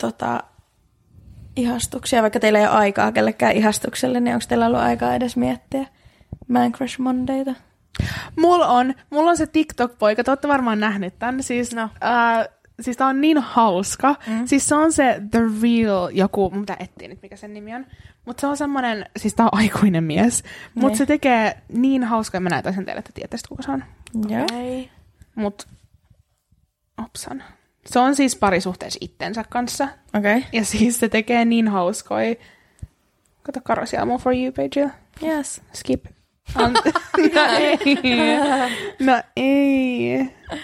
ihastuksia, vaikka teillä ei ole aikaa kellekään ihastukselle, niin onko teillä ollut aikaa edes miettiä Man Crush Mondayta? Mulla on se TikTok-poika, te olette varmaan nähnyt tämän. Siis tää on niin hauska. Siis se on se The Real joku, mun pitää etsiä nyt mikä sen nimi on. Mutta se on semmonen, siis tää on aikuinen mies. Mutta se tekee niin hauskaa, mä näytän sen teille, että tietäisit kuka se on. Joo. Mut, opsan. Se on siis parisuhteessa itsensä kanssa. Okei. Okay. Ja siis se tekee niin hauskoja. Kato Karo siellä mun For You-pageilla. Yes. Skip. No ei.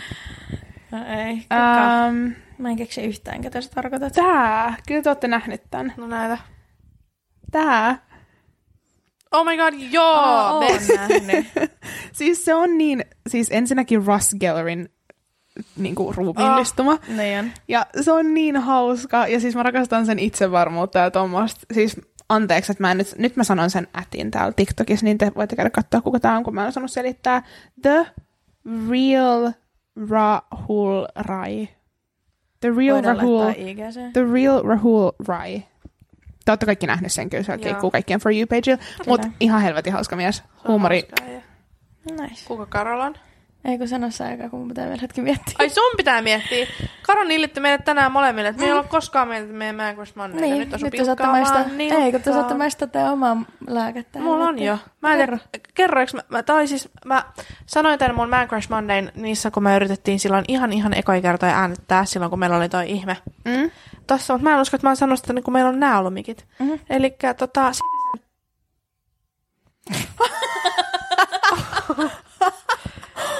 Kuka? Mä en keksi yhtään, ketä sä tarkoitat. Tää. Kyllä te ootte nähnyt tän. No näitä. Tää. Oh my god, joo! Oon nähnyt. Siis se on niin, siis ensinnäkin Ross Gellerin niinku ruumiillistuma. Niin. Ja se on niin hauska. Ja siis mä rakastan sen itsevarmuutta ja tommoista. Siis anteeksi, että nyt mä sanon sen ätin täällä TikTokissa, niin te voitte käydä katsoa, kuka tää on, kun mä en osannut selittää. The Real Rahul Rai. The Real Rahul Rai. Te olette kaikki nähnyt sen, kyllä se keikkuu kaikkien For You-pageilla. Mutta ihan helvetin hauska mies. Huumori. Nice. Kuka Karola on? Eikö sano se aikaa, kun mun pitää vielä hetki miettiä. Ai sun pitää miettiä. Karo nillitti meille tänään molemmille, että me ei ole koskaan mietitty meidän Man Crush Mondayta. Niin, nyt te saatte maistaa. Ei, kun te saatte maistaa teidän omaa lääkettä. Mulla on jo. Mä en tiedä, kerroinko mä sanoin tämän mun Man Crush Mondayn niissä, kun me yritettiin silloin ihan ekoja kertoja äänittää silloin, kun meillä oli toi ihme. Tossa, mutta mä en usko, että mä oon sanonut sitä, kun meillä on nää ollut mikit. Elikkä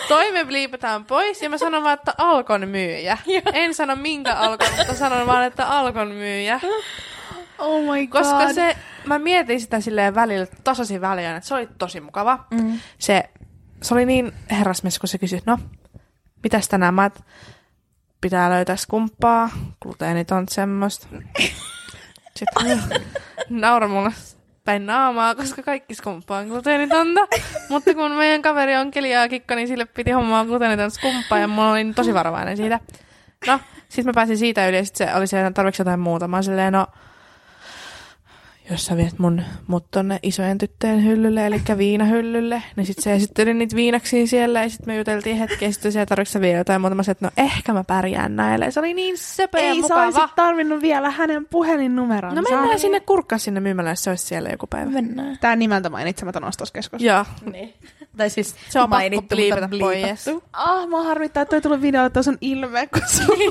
Toi me bliipataan pois ja mä sanon vaan, että Alkon myyjä. En sano minkä Alkon, mutta sanon vaan, että Alkon myyjä. Oh my god. Koska mä mietin sitä silleen välillä, tasaisin väliin, että se oli tosi mukava. Se oli niin herrasmies, kun se kysyi, no, mitäs tänään? Mä et, pitää löytää skumppaa, gluteenit on semmoista. Sitten naura mulle päin naamaa, koska kaikki skumppaa on gluteenitonta. Mutta kun meidän kaveri on keliaakikko, niin sille piti hommaa gluteenitonta skumppaa ja mulla oli tosi varovainen siitä. No, sit mä pääsin siitä yli ja sit se oli siellä tarvitsi jotain muuta. Mä silleen, no, jos sä viet mut tonne isojen tyttöjen hyllylle, eli viinahyllylle, niin sit se esitteli niitä viinaksia siellä, ja sit me juteltiin hetken, ja sitten siellä tarvitsi vielä jotain muuta. Mä sanoin, että no ehkä mä pärjään näille. Se oli niin söpö ja mukava. Ei sä oisit tarvinnut vielä hänen puhelinnumeron. No mennään sinne kurkkaa sinne myymällä, jos se olisi siellä joku päivä. Mennään. Tää nimeltä mainitsematon ostoskeskus. Joo. Niin. Tai siis se on mainittu, pakko bliipata pois. Mä harmittaa, että toi tullut videolla, että on ilme, kun se on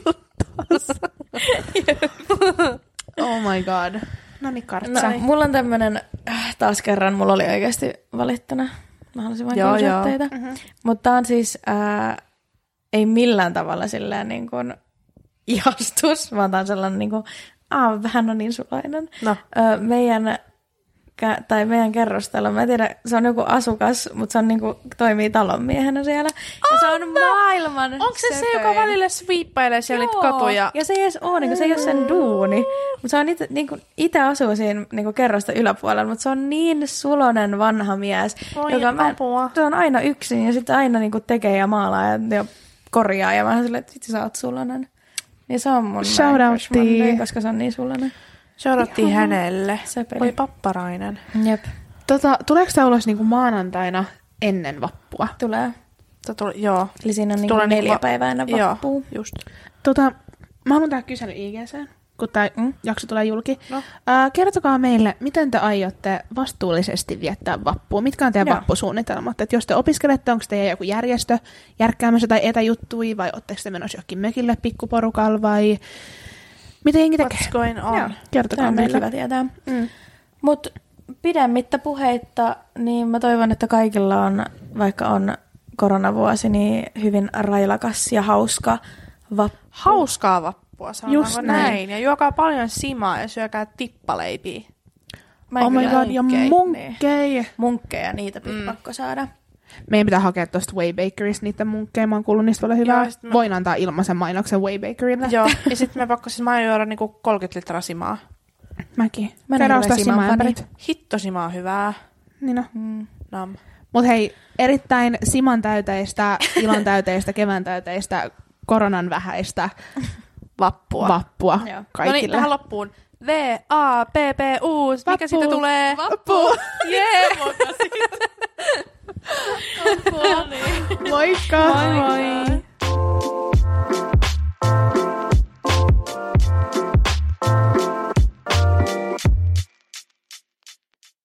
Oh my god. Noniin, Kartsa. No, mulla on tämmönen, taas kerran, mulla oli oikeasti valittuna. Mä halusin vain kiusata teitä. Mutta tää on siis, ei millään tavalla silleen niin kuin ihastus, vaan tää on sellainen niin kuin, vähän on niin sulainen. No. Meidän kerrostalo, mä en tiedä, se on joku asukas, mutta se on niinku, toimii talonmiehenä siellä. Ja se on maailman onko se joka välillä sweeppailee siellä niitä katuja? Ja se ei edes ole, niinku, se ei ole sen duuni. Mutta se on itse asuu siinä niinku, kerrosta yläpuolella, mutta se on niin sulonen vanha mies, se on aina yksin ja sitten aina niinku, tekee ja maalaa ja korjaa. Ja mä oon silleen, että vitsi sä oot sulonen. Niin se on mun Monday, koska se on niin sulonen. Shoutoutti hänelle. Sepeli. Oli papparainen. Jep. Tuleeko tämä ulos niinku maanantaina ennen vappua? Tulee. Joo. Eli siinä on niinku 4 päivää ennen vappua. Joo, just. Mä haluan tehdä kyselyn IGC:n, kun tämä jakso tulee julki. No. Kertokaa meille, miten te aiotte vastuullisesti viettää vappua? Mitkä on teidän vappusuunnitelmat? Et jos te opiskelette, onko teidän joku järjestö järkkäämässä tai etäjuttui, vai ootteko te menossa johonkin mökille pikkuporukalla, vai miten jengi tekee? What's going on? Joo. Kertokaa meille. Hyvä tietää. Mut pidemmittä puheitta, niin mä toivon, että kaikilla on, vaikka on koronavuosi, niin hyvin railakas ja hauska vappu. Hauskaa vappua, sanotaanko just näin. Ja juokaa paljon simaa ja syökää tippaleipiä. Oh my god, ja munkkeja. Munkkeja, niitä pakko saada. Meidän pitää hakea tuosta Way Bakerista niitä munkkeja. Mä oon kuullut niistä paljon hyvää. Voin antaa ilmaisen mainoksen Way Bakerille. Joo, ja sitten me pakko mä juoda niinku 30 litraa simaa. Mäkin. Käydään ostaa simaämpärit. Hitto simaa hyvää. Niin Nam. Mut hei, erittäin siman täyteistä, ilon täyteistä, kevään täyteistä, koronan vähäistä vappua kaikille. No niin, tähän loppuun. V-A-P-P-U. Mikä siitä tulee? Vappu! Jee! Moikka! Moi moi!